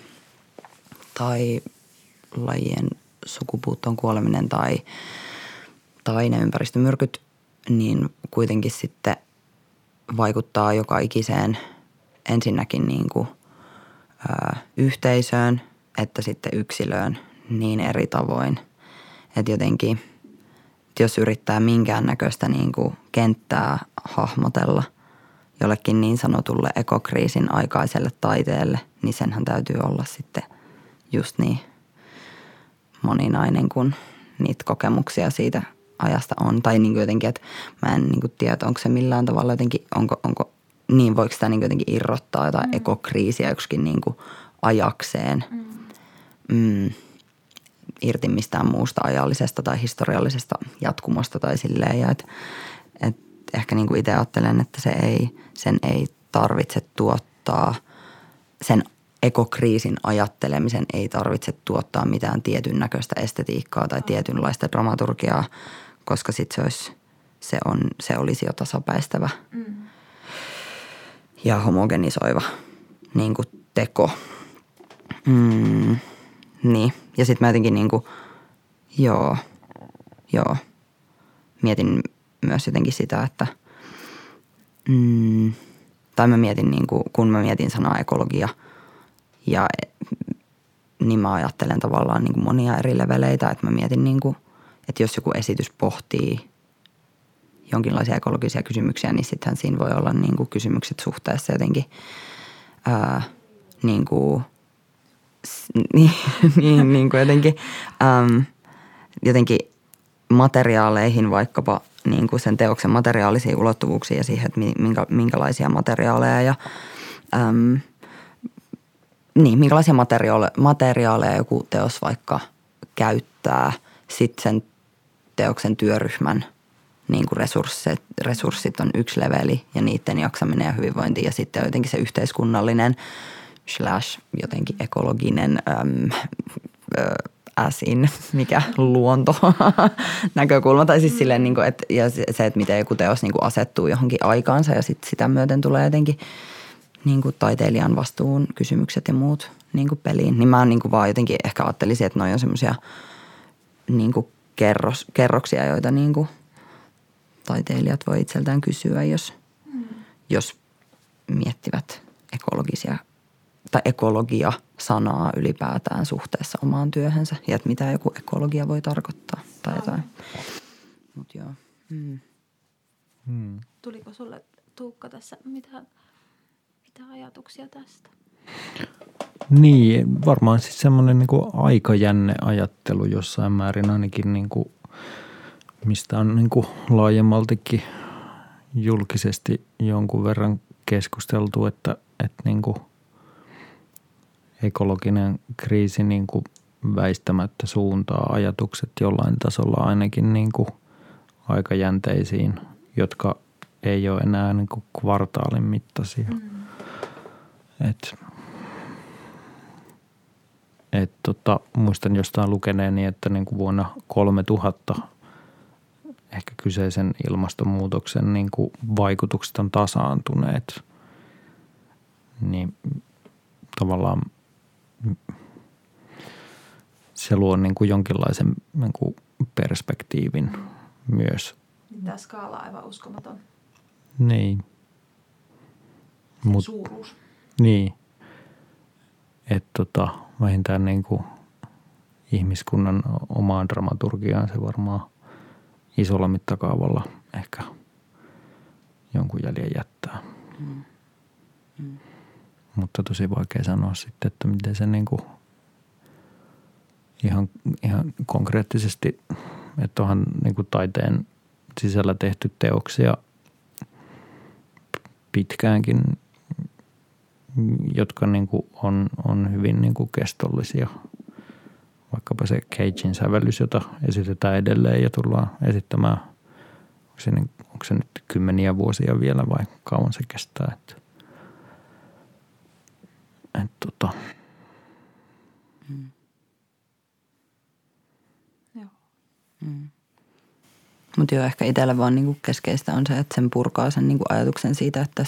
tai lajien sukupuuttoon kuoleminen tai ne ympäristömyrkyt, niin kuitenkin sitten vaikuttaa joka ikiseen ensinnäkin niin kuin, yhteisöön että sitten yksilöön niin eri tavoin. Että jotenkin, jos yrittää minkäännäköistä niin kuin kenttää hahmotella jollekin niin sanotulle ekokriisin aikaiselle taiteelle, niin senhän täytyy olla sitten just niin moninainen kuin niitä kokemuksia siitä ajasta on. Tai niin kuin jotenkin, että mä en niin kuin tiedä, onko se millään tavalla jotenkin, onko niin voiko sitä niin kuin jotenkin irrottaa jotain ekokriisiä joksikin niin kuin ajakseen irti mistään muusta ajallisesta tai historiallisesta jatkumosta tai silleen. Ja et ehkä niin kuin itse ajattelen, että sen ei tarvitse tuottaa, sen ekokriisin ajattelemisen ei tarvitse tuottaa mitään tietyn näköistä estetiikkaa tai tietynlaista dramaturgiaa, koska sitten se olisi jo tasapäistävä ja homogenisoiva niin kuin teko. Niin. Ja sitten mä jotenkin niin kuin, joo, mietin myös jotenkin sitä, että tai mä mietin niin kuin, kun mä mietin sanaa ekologia ja niin mä ajattelen tavallaan niin kuin monia eri leveleitä, että mä mietin niin kuin, että jos joku esitys pohtii jonkinlaisia ekologisia kysymyksiä, niin sittenhän siinä voi olla niin kuin kysymykset suhteessa jotenkin niin kuin niin kuin jotenkin materiaaleihin vaikkapa niin kuin sen teoksen materiaalisiin ulottuvuuksiin ja siihen, että minkälaisia materiaaleja ja minkälaisia materiaaleja joku teos vaikka käyttää sitten sen teoksen työryhmän niin kuin resurssit on yksi leveli ja niiden jaksaminen ja hyvinvointi ja sitten jotenkin se yhteiskunnallinen / jotenkin ekologinen mikä luonto näkökulma. Tai siis silleen, niin kuin, että, ja se, että miten joku teos niin kuin asettuu johonkin aikaansa ja sitten sitä myöten tulee jotenkin niin kuin taiteilijan vastuun kysymykset ja muut niin kuin peliin. Niin mä niin kuin vaan jotenkin ehkä ajattelisin, että noi on semmoisia niin kuin kerroksia, joita niin kuin taiteilijat voi itseltään kysyä, jos miettivät ekologisia tai ekologia-sanaa ylipäätään suhteessa omaan työhönsä ja että mitä joku ekologia voi tarkoittaa tai jotain. Mut joo. Tuliko sulle, Tuukka, tässä mitä ajatuksia tästä? Niin, varmaan siis semmoinen niin kuin aikajänneajattelu jossain määrin ainakin, niin kuin, mistä on niin kuin laajemmaltikin julkisesti jonkun verran keskusteltu, että niin kuin ekologinen kriisi niin kuin väistämättä suuntaa ajatukset jollain tasolla ainakin niin kuin aikajänteisiin, jotka ei ole enää niin kuin kvartaalin mittaisia. Muistan jostain lukeneeni, että niin kuin vuonna 3000 ehkä kyseisen ilmastonmuutoksen niin kuin vaikutukset on tasaantuneet. Niin tavallaan se luo niin kuin jonkinlaisen niin kuin perspektiivin myös. Tämä skaala on aivan uskomaton. Niin. Suuruus. Niin. Että vähintään niin kuin ihmiskunnan omaan dramaturgiaan se varmaan isolla mittakaavalla ehkä jonkun jäljen jättää. Mutta tosi vaikea sanoa sitten, että miten se niin kuin ihan konkreettisesti, että onhan niin kuin taiteen sisällä tehty teoksia pitkäänkin, jotka niin kuin on hyvin niin kuin kestollisia. Vaikkapa se Cagein sävellys, jota esitetään edelleen ja tullaan esittämään, onko se nyt kymmeniä vuosia vielä vai kauan se kestää, Joo. Mutta joo, ehkä itselle vaan niinku keskeistä on se, että sen purkaa sen niinku ajatuksen siitä, että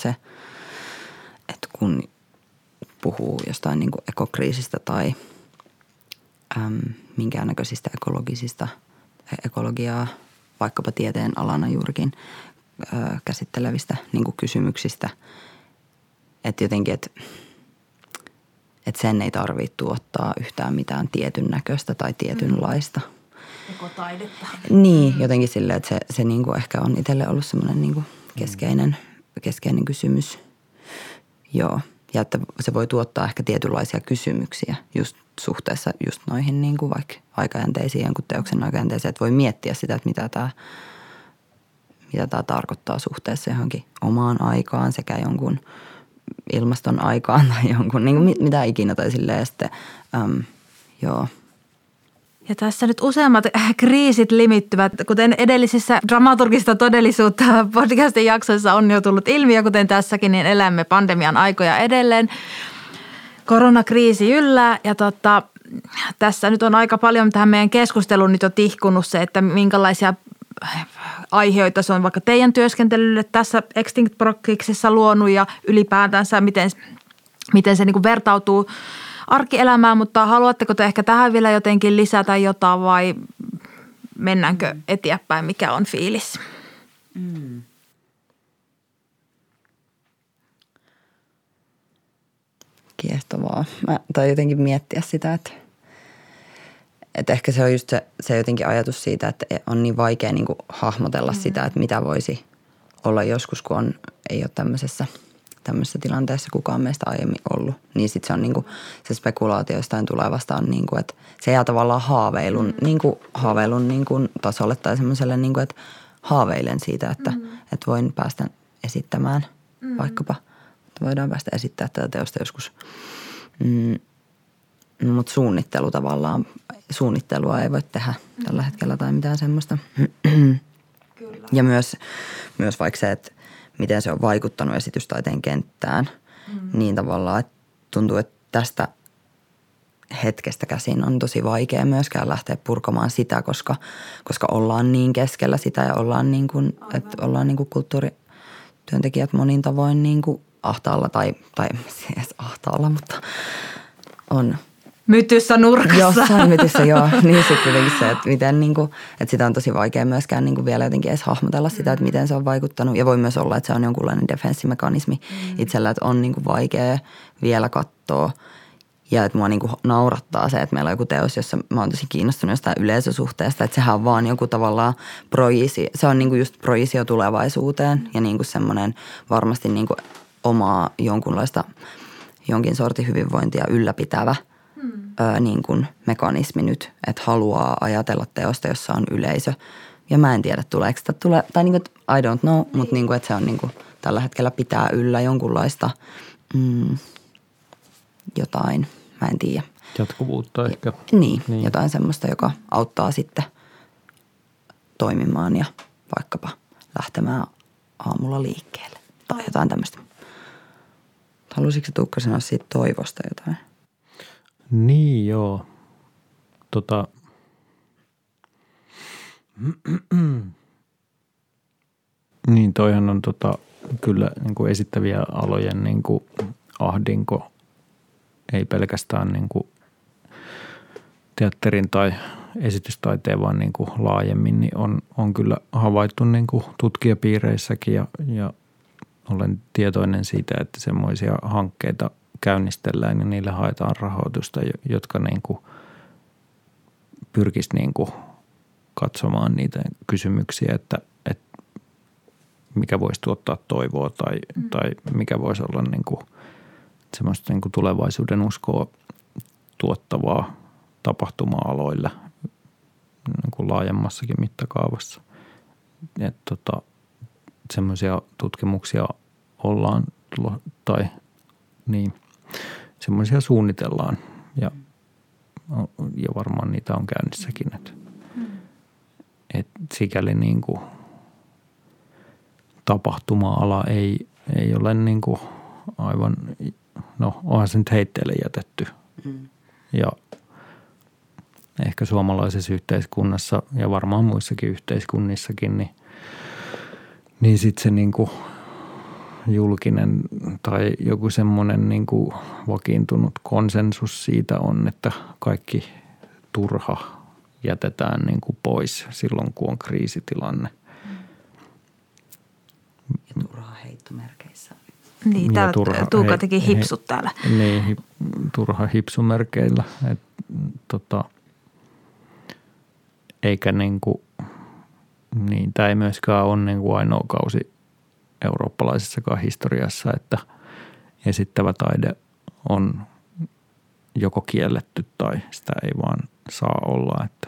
kun puhuu jostain niinku ekokriisistä tai minkäännäköisistä ekologiaa, vaikkapa tieteen alana juurikin käsittelevistä niinku kysymyksistä, että jotenkin, että sen ei tarvitse tuottaa yhtään mitään tietyn näköistä tai tietynlaista. Tekotaidetta. Niin, jotenkin silleen, että se niin kuin ehkä on itselle ollut semmoinen niin kuin keskeinen kysymys. Joo, ja että se voi tuottaa ehkä tietynlaisia kysymyksiä just suhteessa just noihin niin kuin vaikka aikajänteisiin, jonkun teoksen aikajänteeseen, että voi miettiä sitä, että mitä tämä tarkoittaa suhteessa johonkin omaan aikaan sekä jonkun ilmaston aikaan tai jonkun, niin kuin mitä ikinä tai silleen sitten, joo. Ja tässä nyt useammat kriisit limittyvät, kuten edellisissä dramaturgista todellisuutta podcastin jaksoissa on jo tullut ilmi, ja kuten tässäkin, niin elämme pandemian aikoja edelleen. Koronakriisi yllää, ja tässä nyt on aika paljon tähän meidän keskusteluun nyt jo tihkunut se, että minkälaisia aiheita se on vaikka teidän työskentelylle tässä Extinct Prokkiksessa luonut ja ylipäätänsä miten se niin kuin vertautuu arkielämään, mutta haluatteko te ehkä tähän vielä jotenkin lisätä jotain vai mennäänkö eteenpäin, mikä on fiilis? Kiehtovaa. Tai jotenkin miettiä sitä, että ehkä se on just se jotenkin ajatus siitä, että on niin vaikea niin kuin hahmotella sitä, että mitä voisi olla joskus, kun ei ole tämmöisessä tilanteessa kukaan meistä aiemmin ollut. Niin sitten se on niin kuin se spekulaatio jostain tulevasta on niin kuin, että se jää tavallaan haaveilun niin kuin tasolle tai semmoiselle niin kuin, että haaveilen siitä, että voin päästä esittämään vaikkapa, että voidaan päästä esittämään tätä teosta joskus. Mutta suunnittelua ei voi tehdä tällä hetkellä tai mitään semmoista. Kyllä. Ja myös vaikka se, että miten se on vaikuttanut esitystaiteen kenttään, niin tavallaan, että tuntuu, että tästä hetkestä käsin on tosi vaikea myöskään lähteä purkamaan sitä, koska ollaan niin keskellä sitä ja ollaan niin kuin, että ollaan niin kuin kulttuurityöntekijät monin tavoin niin kuin ahtaalla tai siis ahtaalla, mutta on mytyssä nurkassa. Jossain mytyssä, joo. Niin sitten kuitenkin se, että miten niinku, että sitä on tosi vaikea myöskään niinku vielä jotenkin edes hahmotella sitä, että miten se on vaikuttanut. Ja voi myös olla, että se on jonkunlainen defenssimekanismi itsellä, että on niinku vaikea vielä katsoa. Ja että mua niinku naurattaa se, että meillä on joku teos, jossa mä oon tosi kiinnostunut jostain yleisösuhteesta. Että sehän on vaan joku tavallaan se on niinku just projisio tulevaisuuteen ja niinku semmoinen varmasti niinku omaa jonkin sortin hyvinvointia ylläpitävä niin kuin mekanismi nyt, että haluaa ajatella teosta, jossa on yleisö. Ja mä en tiedä, tuleeko sitä tai niin kuin, I don't know, mutta niin kuin, että se on niin kuin, tällä hetkellä pitää yllä jonkunlaista jotain, mä en tiedä. Jatkuvuutta ehkä. Niin, jotain semmoista, joka auttaa sitten toimimaan ja vaikkapa lähtemään aamulla liikkeelle tai jotain tämmöistä. Haluaisitko Tuukka sanoa siitä toivosta jotain? Niin joo. Niin toihan on kyllä niin kuin esittäviä alojen niin kuin ahdinko, ei pelkästään niin kuin teatterin tai esitystaiteen, vaan niin kuin laajemmin, niin on kyllä havaittu niin kuin tutkijapiireissäkin ja olen tietoinen siitä, että semmoisia hankkeita käynnistellään ja niille haetaan rahoitusta, jotka niin kuin pyrkisi niin kuin katsomaan niitä kysymyksiä, että mikä voisi tuottaa toivoa tai mikä voisi olla niin kuin semmoista niin kuin tulevaisuuden uskoa tuottavaa tapahtuma-aloille niin kuin laajemmassakin mittakaavassa. Että semmoisia tutkimuksia ollaan tai niin semmoisia suunnitellaan ja varmaan niitä on käynnissäkin. Et sikäli niin kuin tapahtuma-ala ei ole niin kuin aivan, onhan se nyt heitteille jätetty. Ja ehkä suomalaisessa yhteiskunnassa ja varmaan muissakin yhteiskunnissakin, niin sitten se niin kuin julkinen tai joku semmoinen niin kuin vakiintunut konsensus siitä on, että kaikki turha jätetään niin kuin pois silloin, kun on kriisitilanne. Ja turha heittomerkeissä. Niin, täällä Tuukka teki hipsut täällä. Niin, turha hipsumerkeillä. Eikä niinku, niin tämä ei myöskään ole niinku ainoa kausi eurooppalaisessakaan historiassa, että esittävä taide on joko kielletty tai sitä ei vaan saa olla, että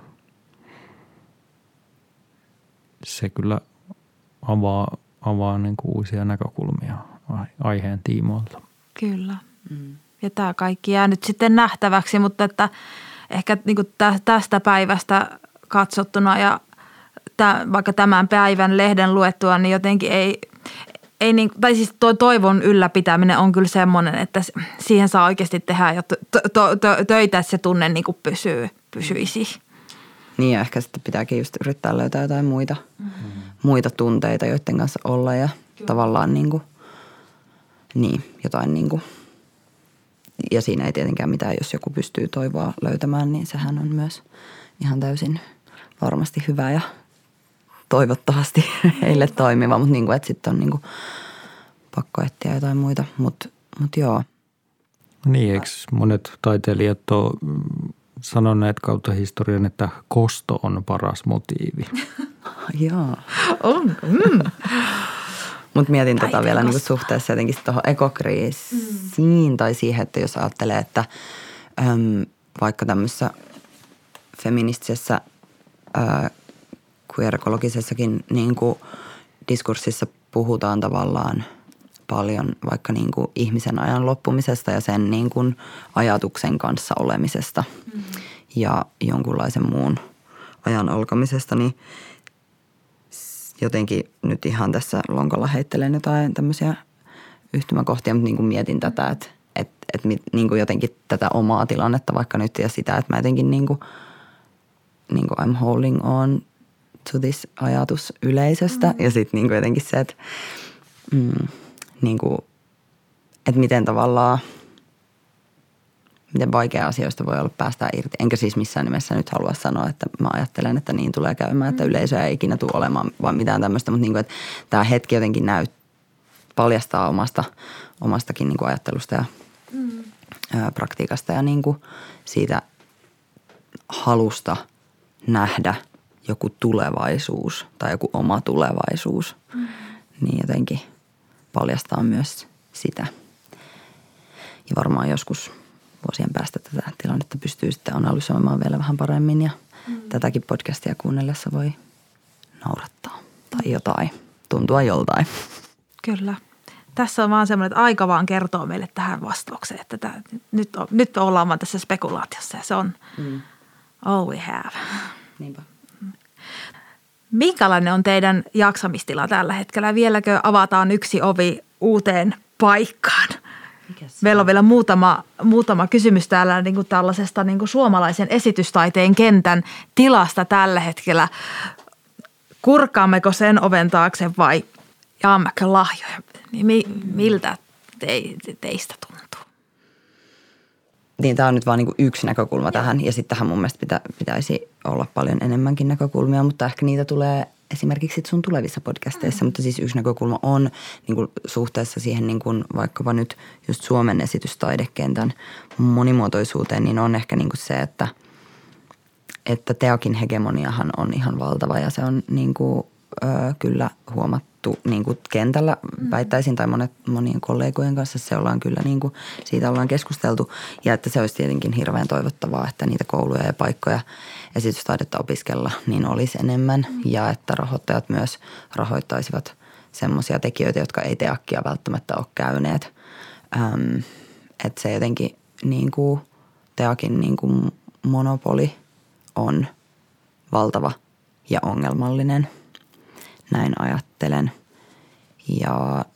se kyllä avaa niin kuin uusia näkökulmia aiheen tiimoilta. Kyllä. Ja tämä kaikki jää nyt sitten nähtäväksi, mutta että ehkä niin kuin tästä päivästä katsottuna ja vaikka tämän päivän lehden luettua, niin jotenkin ei niin, tai siis tuo toivon ylläpitäminen on kyllä semmoinen, että siihen saa oikeasti tehdä jo töitä, että se tunne niin kuin pysyisi. Niin ja ehkä sitten pitääkin just yrittää löytää jotain muita tunteita, joiden kanssa olla ja tavallaan niin kuin, jotain niin kuin, ja siinä ei tietenkään mitään, jos joku pystyy toivoa löytämään, niin sehän on myös ihan täysin varmasti hyvä ja toivottavasti heille toimiva, mutta niin kuin, että sitten on niin kuin pakko etsiä jotain muita, mutta joo. Niin, eikö monet taiteilijat ole sanoneet kautta historian, että kosto on paras motiivi? Joo. On. Mutta mietin vielä niin kuin suhteessa jotenkin tuohon ekokriisiin tai siihen, että jos ajattelee, että vaikka tämmöisessä feministisessä queer-ekologisessakin niin kuin diskurssissa puhutaan tavallaan paljon vaikka niin kuin ihmisen ajan loppumisesta ja sen niin kuin ajatuksen kanssa olemisesta ja jonkunlaisen muun ajan alkamisesta, niin jotenkin nyt ihan tässä lonkalla heittelen jotain tämmöisiä yhtymäkohtia, mutta niin kuin mietin tätä, että niin kuin jotenkin tätä omaa tilannetta vaikka nyt ja sitä, että mä jotenkin niin kuin I'm holding on to this ajatus yleisöstä ja sitten niin kuin jotenkin se, että niin kuin, että miten tavallaan, miten vaikea asioista voi olla päästää irti. Enkä siis missään nimessä nyt halua sanoa, että mä ajattelen, että niin tulee käymään, että yleisöä ei ikinä tule olemaan vaan mitään tämmöistä. Mutta niin kuin, että tämä hetki jotenkin paljastaa omastakin niin kuin ajattelusta ja praktiikasta ja niin kuin siitä halusta nähdä joku tulevaisuus tai joku oma tulevaisuus. Niin jotenkin paljastaa myös sitä. Ja varmaan joskus vuosien päästä tätä tilannetta pystyy sitten analysoimaan vielä vähän paremmin ja tätäkin podcastia kuunnellessa voi naurattaa tai jotain, tuntua joltain. Kyllä. Tässä on vaan semmoinen, että aika vaan kertoo meille tähän vastaukseen, että nyt ollaan vaan tässä spekulaatiossa ja se on all we have. Niinpä. Minkälainen on teidän jaksamistila tällä hetkellä? Vieläkö avataan yksi ovi uuteen paikkaan? Meillä on vielä muutama kysymys täällä niin kuin tällaisesta niin kuin suomalaisen esitystaiteen kentän tilasta tällä hetkellä. Kurkaammeko sen oven taakse vai jaammeko lahjoja? Miltä teistä tuntuu? Niin, tämä on nyt vaan niin kuin yksi näkökulma tähän ja sitten tähän mun mielestä pitäisi olla paljon enemmänkin näkökulmia, mutta ehkä niitä tulee esimerkiksi sun tulevissa podcasteissa, mutta siis yksi näkökulma on niin kuin suhteessa siihen niin kuin vaikkapa nyt just Suomen esitystaidekentän monimuotoisuuteen, niin on ehkä niin kuin se, että teokin hegemoniahan on ihan valtava ja se on niin kuin, kyllä huomattu niin kuin kentällä väittäisin tai monien kollegojen kanssa se ollaan kyllä niin kuin, siitä ollaan keskusteltu ja että se olisi tietenkin hirveän toivottavaa, että niitä kouluja ja paikkoja esitystaidetta opiskella niin olisi enemmän ja että rahoittajat myös rahoittaisivat semmoisia tekijöitä, jotka ei teakkia välttämättä ole käyneet. Että se jotenkin niin kuin teakin niin kuin monopoli on valtava ja ongelmallinen. Näin ajattelen. Ja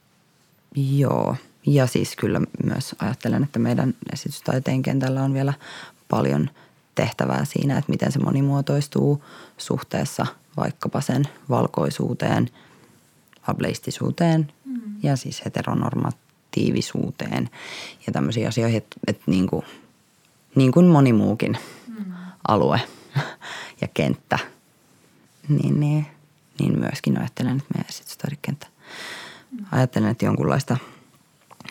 joo, ja siis kyllä myös ajattelen, että meidän esitystaiteen kentällä on vielä paljon tehtävää siinä, että miten se monimuotoistuu suhteessa vaikkapa sen valkoisuuteen, ableistisuuteen ja siis heteronormatiivisuuteen ja tämmöisiin asioihin, että niin kuin moni muukin alue ja kenttä, niin myöskin ajattelen, että meidän esitystaidekenttä. Ajattelen, että jonkunlaista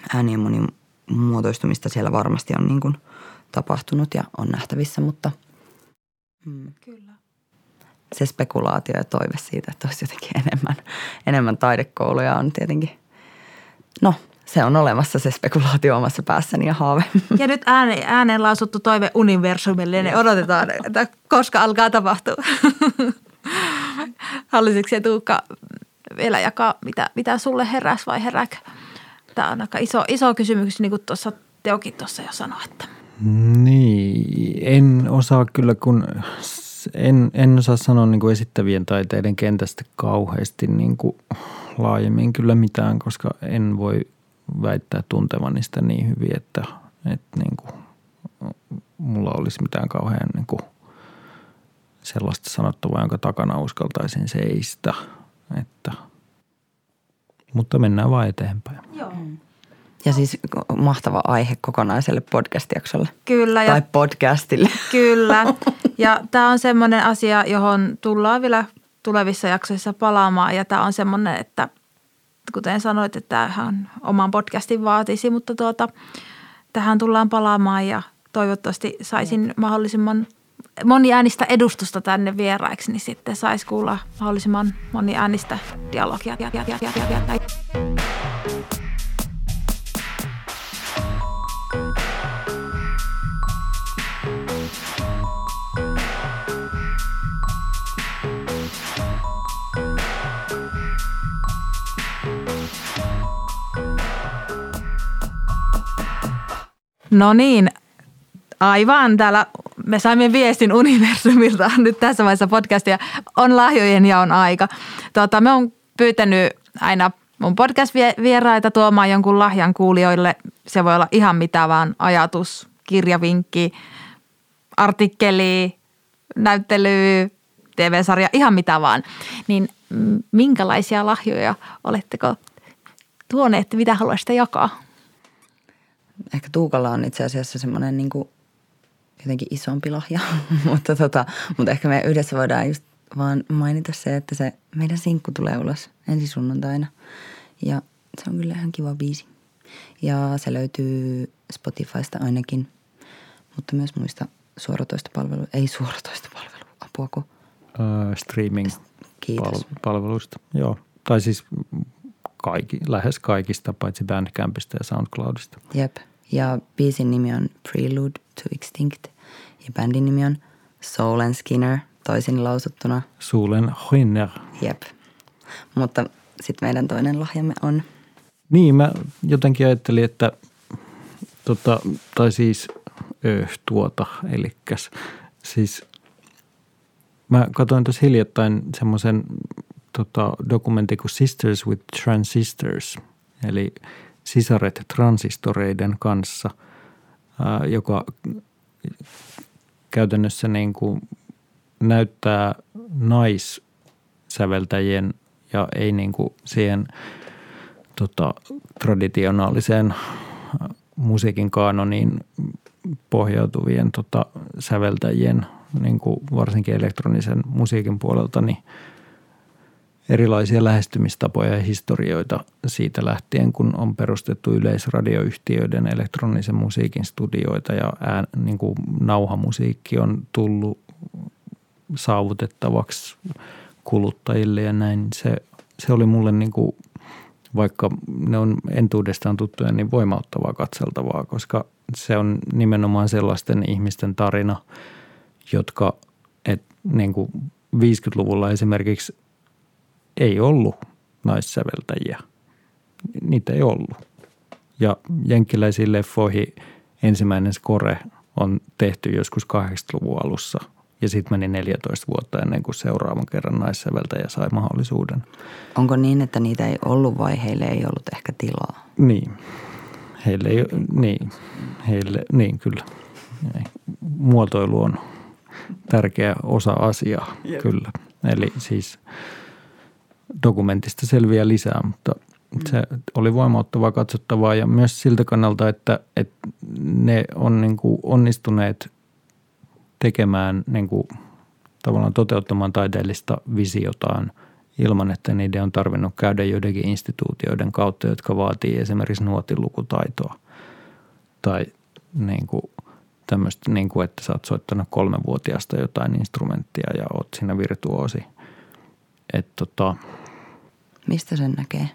äänien monimuotoistumista siellä varmasti on niin kuin tapahtunut ja on nähtävissä, mutta Kyllä. se spekulaatio ja toive siitä, että olisi jotenkin enemmän taidekouluja on tietenkin, no se on olemassa se spekulaatio omassa päässäni ja haave. Ja nyt ääneen lausuttu toive universumille, niin odotetaan, että koska alkaa tapahtua. Haluaisitko se Tuukka vielä jakaa, mitä sulle heräsi vai herääkö? Tämä on aika iso kysymys, niin kuin tuossa Teokin tuossa jo sanoi, että. Niin, en osaa kyllä, kun en osaa sanoa niin kuin esittävien taiteiden kentästä kauheasti niin kuin laajemmin kyllä mitään, koska en voi väittää tuntevani sitä niin hyvin, että niin kuin mulla olisi mitään kauhean niin kuin sellaista sanottavaa, jonka takana uskaltaisin seistä. Mutta mennään vaan eteenpäin. Joo. Ja siis mahtava aihe kokonaiselle podcast-jaksolle. Kyllä. Tai podcastille. Kyllä. Ja tämä on semmoinen asia, johon tullaan vielä tulevissa jaksoissa palaamaan. Ja tämä on semmoinen, että kuten sanoit, että tämähän oman podcastin vaatisi, mutta tähän tullaan palaamaan ja toivottavasti saisin mahdollisimman moniäänistä edustusta tänne vieraiksi, niin sitten saisi kuulla mahdollisimman moniäänistä dialogia. No niin, aivan. Täällä me saimme viestin universumilta nyt tässä vaiheessa podcastia. On lahjojen jaon aika. Me on pyytänyt aina mun podcast-vieraita tuomaan jonkun lahjan kuulijoille. Se voi olla ihan mitä vaan, ajatus, kirjavinkki, artikkeli, näyttely, TV-sarja, ihan mitä vaan. Niin minkälaisia lahjoja oletteko tuoneet, mitä haluaisitte jakaa? Ehkä Tuukalla on itse asiassa semmoinen niin kuin jotenkin isompi lahja, mutta ehkä me yhdessä voidaan just vaan mainita se, että se meidän sinkku tulee ulos ensi sunnuntaina. Ja se on kyllä ihan kiva biisi. Ja se löytyy Spotifysta ainakin, mutta myös muista suoratoistopalveluista, apuako? Streaming-palveluista, joo. Tai siis lähes kaikista, paitsi Bandcampista ja SoundCloudista. Jep. Ja biisin nimi on Prelude to Extinct ja bändin nimi on Soul and Skinner, toisin lausuttuna. Soul and Skinner. Jep. Mutta sitten meidän toinen lahjamme on. Niin, mä jotenkin ajattelin, että elikkäs. Siis mä katsoin tuossa hiljattain semmoisen dokumentti kuin Sisters with Transistors, eli sisaret transistoreiden kanssa, joka käytännössä niin kuin näyttää naissäveltäjien ja ei niin kuin siihen traditionaaliseen musiikin kaanoniin pohjautuvien säveltäjien, niin kuin varsinkin elektronisen musiikin puolelta, niin erilaisia lähestymistapoja ja historioita siitä lähtien, kun on perustettu yleisradioyhtiöiden elektronisen musiikin studioita ja niin kuin nauhamusiikki on tullut saavutettavaksi kuluttajille ja näin. Se oli mulle niin kuin, vaikka ne on entuudestaan tuttuja, niin voimauttavaa katseltavaa, koska se on nimenomaan sellaisten ihmisten tarina, jotka niin kuin 50-luvulla esimerkiksi ei ollut naissäveltäjiä. Niitä ei ollut. Ja jenkkiläisiin leffoihin ensimmäinen score on tehty joskus 80-luvun alussa. Ja sitten meni 14 vuotta ennen kuin seuraavan kerran naissäveltäjä sai mahdollisuuden. Onko niin, että niitä ei ollut vai heille ei ollut ehkä tilaa? Niin. Niin kyllä. Muotoilu on tärkeä osa asiaa, kyllä. Eli siis dokumentista selviää lisää, mutta se oli voimauttavaa katsottavaa ja myös siltä kannalta, että ne on niin kuin onnistuneet tekemään, niin kuin tavallaan toteuttamaan taiteellista visiotaan ilman, että niiden on tarvinnut käydä joidenkin instituutioiden kautta, jotka vaatii esimerkiksi nuotinlukutaitoa. Tai niin kuin tämmöistä, niin kuin, että sä oot soittanut 3-vuotiaasta jotain instrumenttia ja oot siinä virtuoosi. Mistä sen näkee?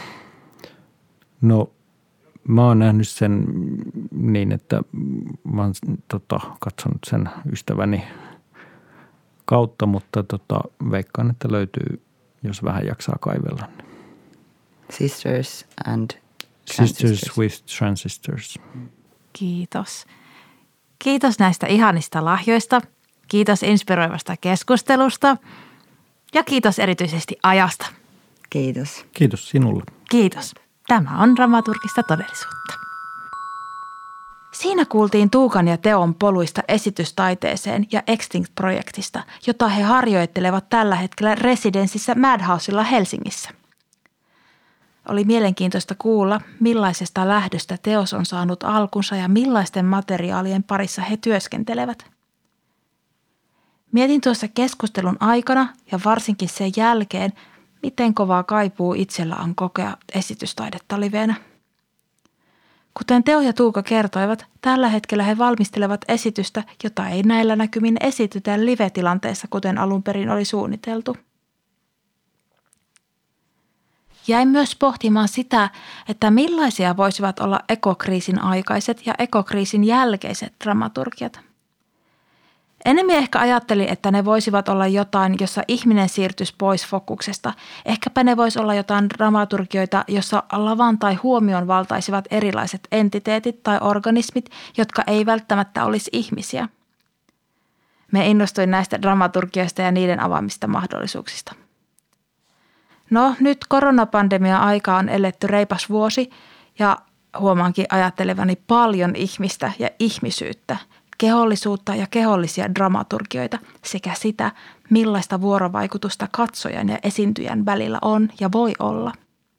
No mä oon nähnyt sen niin, että mä oon katsonut sen ystäväni kautta, mutta veikkaan, että löytyy, jos vähän jaksaa kaivella. Sisters and Transistors. Sisters with Transistors. Kiitos. Kiitos näistä ihanista lahjoista. Kiitos inspiroivasta keskustelusta. Ja kiitos erityisesti ajasta. Kiitos. Kiitos sinulle. Kiitos. Tämä on dramaturgista todellisuutta. Siinä kuultiin Tuukan ja Teon poluista esitystaiteeseen ja Extinct-projektista, jota he harjoittelevat tällä hetkellä residenssissä Madhousella Helsingissä. Oli mielenkiintoista kuulla, millaisesta lähdöstä teos on saanut alkunsa ja millaisten materiaalien parissa he työskentelevät. Mietin tuossa keskustelun aikana ja varsinkin sen jälkeen, miten kovaa kaipuu itsellä on kokea esitystaidetta liveenä. Kuten Teo ja Tuuka kertoivat, tällä hetkellä he valmistelevat esitystä, jota ei näillä näkymin esitytä live-tilanteessa, kuten alun perin oli suunniteltu. Jäin myös pohtimaan sitä, että millaisia voisivat olla ekokriisin aikaiset ja ekokriisin jälkeiset dramaturgiat. Enemmän ehkä ajattelin, että ne voisivat olla jotain, jossa ihminen siirtyisi pois fokuksesta. Ehkäpä ne voisi olla jotain dramaturgioita, jossa lavan tai huomion valtaisivat erilaiset entiteetit tai organismit, jotka ei välttämättä olisi ihmisiä. Me innostuin näistä dramaturgioista ja niiden avaamista mahdollisuuksista. No, nyt koronapandemia-aikaa on eletty reipas vuosi ja huomaankin ajattelevani paljon ihmistä ja ihmisyyttä, kehollisuutta ja kehollisia dramaturgioita sekä sitä, millaista vuorovaikutusta katsojan ja esiintyjän välillä on ja voi olla.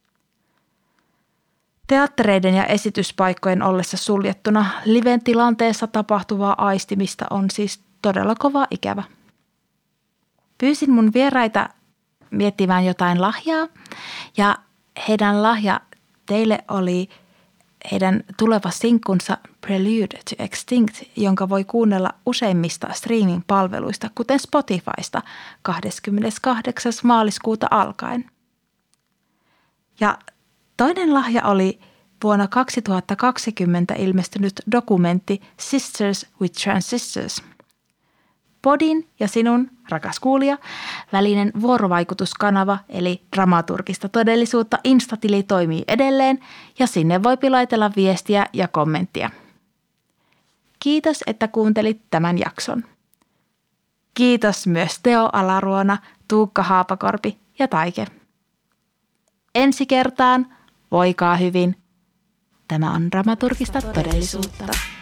Teattereiden ja esityspaikkojen ollessa suljettuna liven tilanteessa tapahtuvaa aistimista on siis todella kova ikävä. Pyysin mun vieraita miettimään jotain lahjaa ja heidän lahja teille oli heidän tuleva sinkkunsa Prelude to Extinct, jonka voi kuunnella useimmista streaming-palveluista, kuten Spotifysta 28. maaliskuuta alkaen. Ja toinen lahja oli vuonna 2020 ilmestynyt dokumentti Sisters with Transistors. Podin ja sinun, rakas kuulija, välinen vuorovaikutuskanava eli dramaturgista todellisuutta Instatili toimii edelleen ja sinne voi pilaitella viestiä ja kommenttia. Kiitos, että kuuntelit tämän jakson. Kiitos myös Teo Alaruona, Tuukka Haapakorpi ja Taike. Ensi kertaan, voikaa hyvin. Tämä on dramaturgista todellisuutta.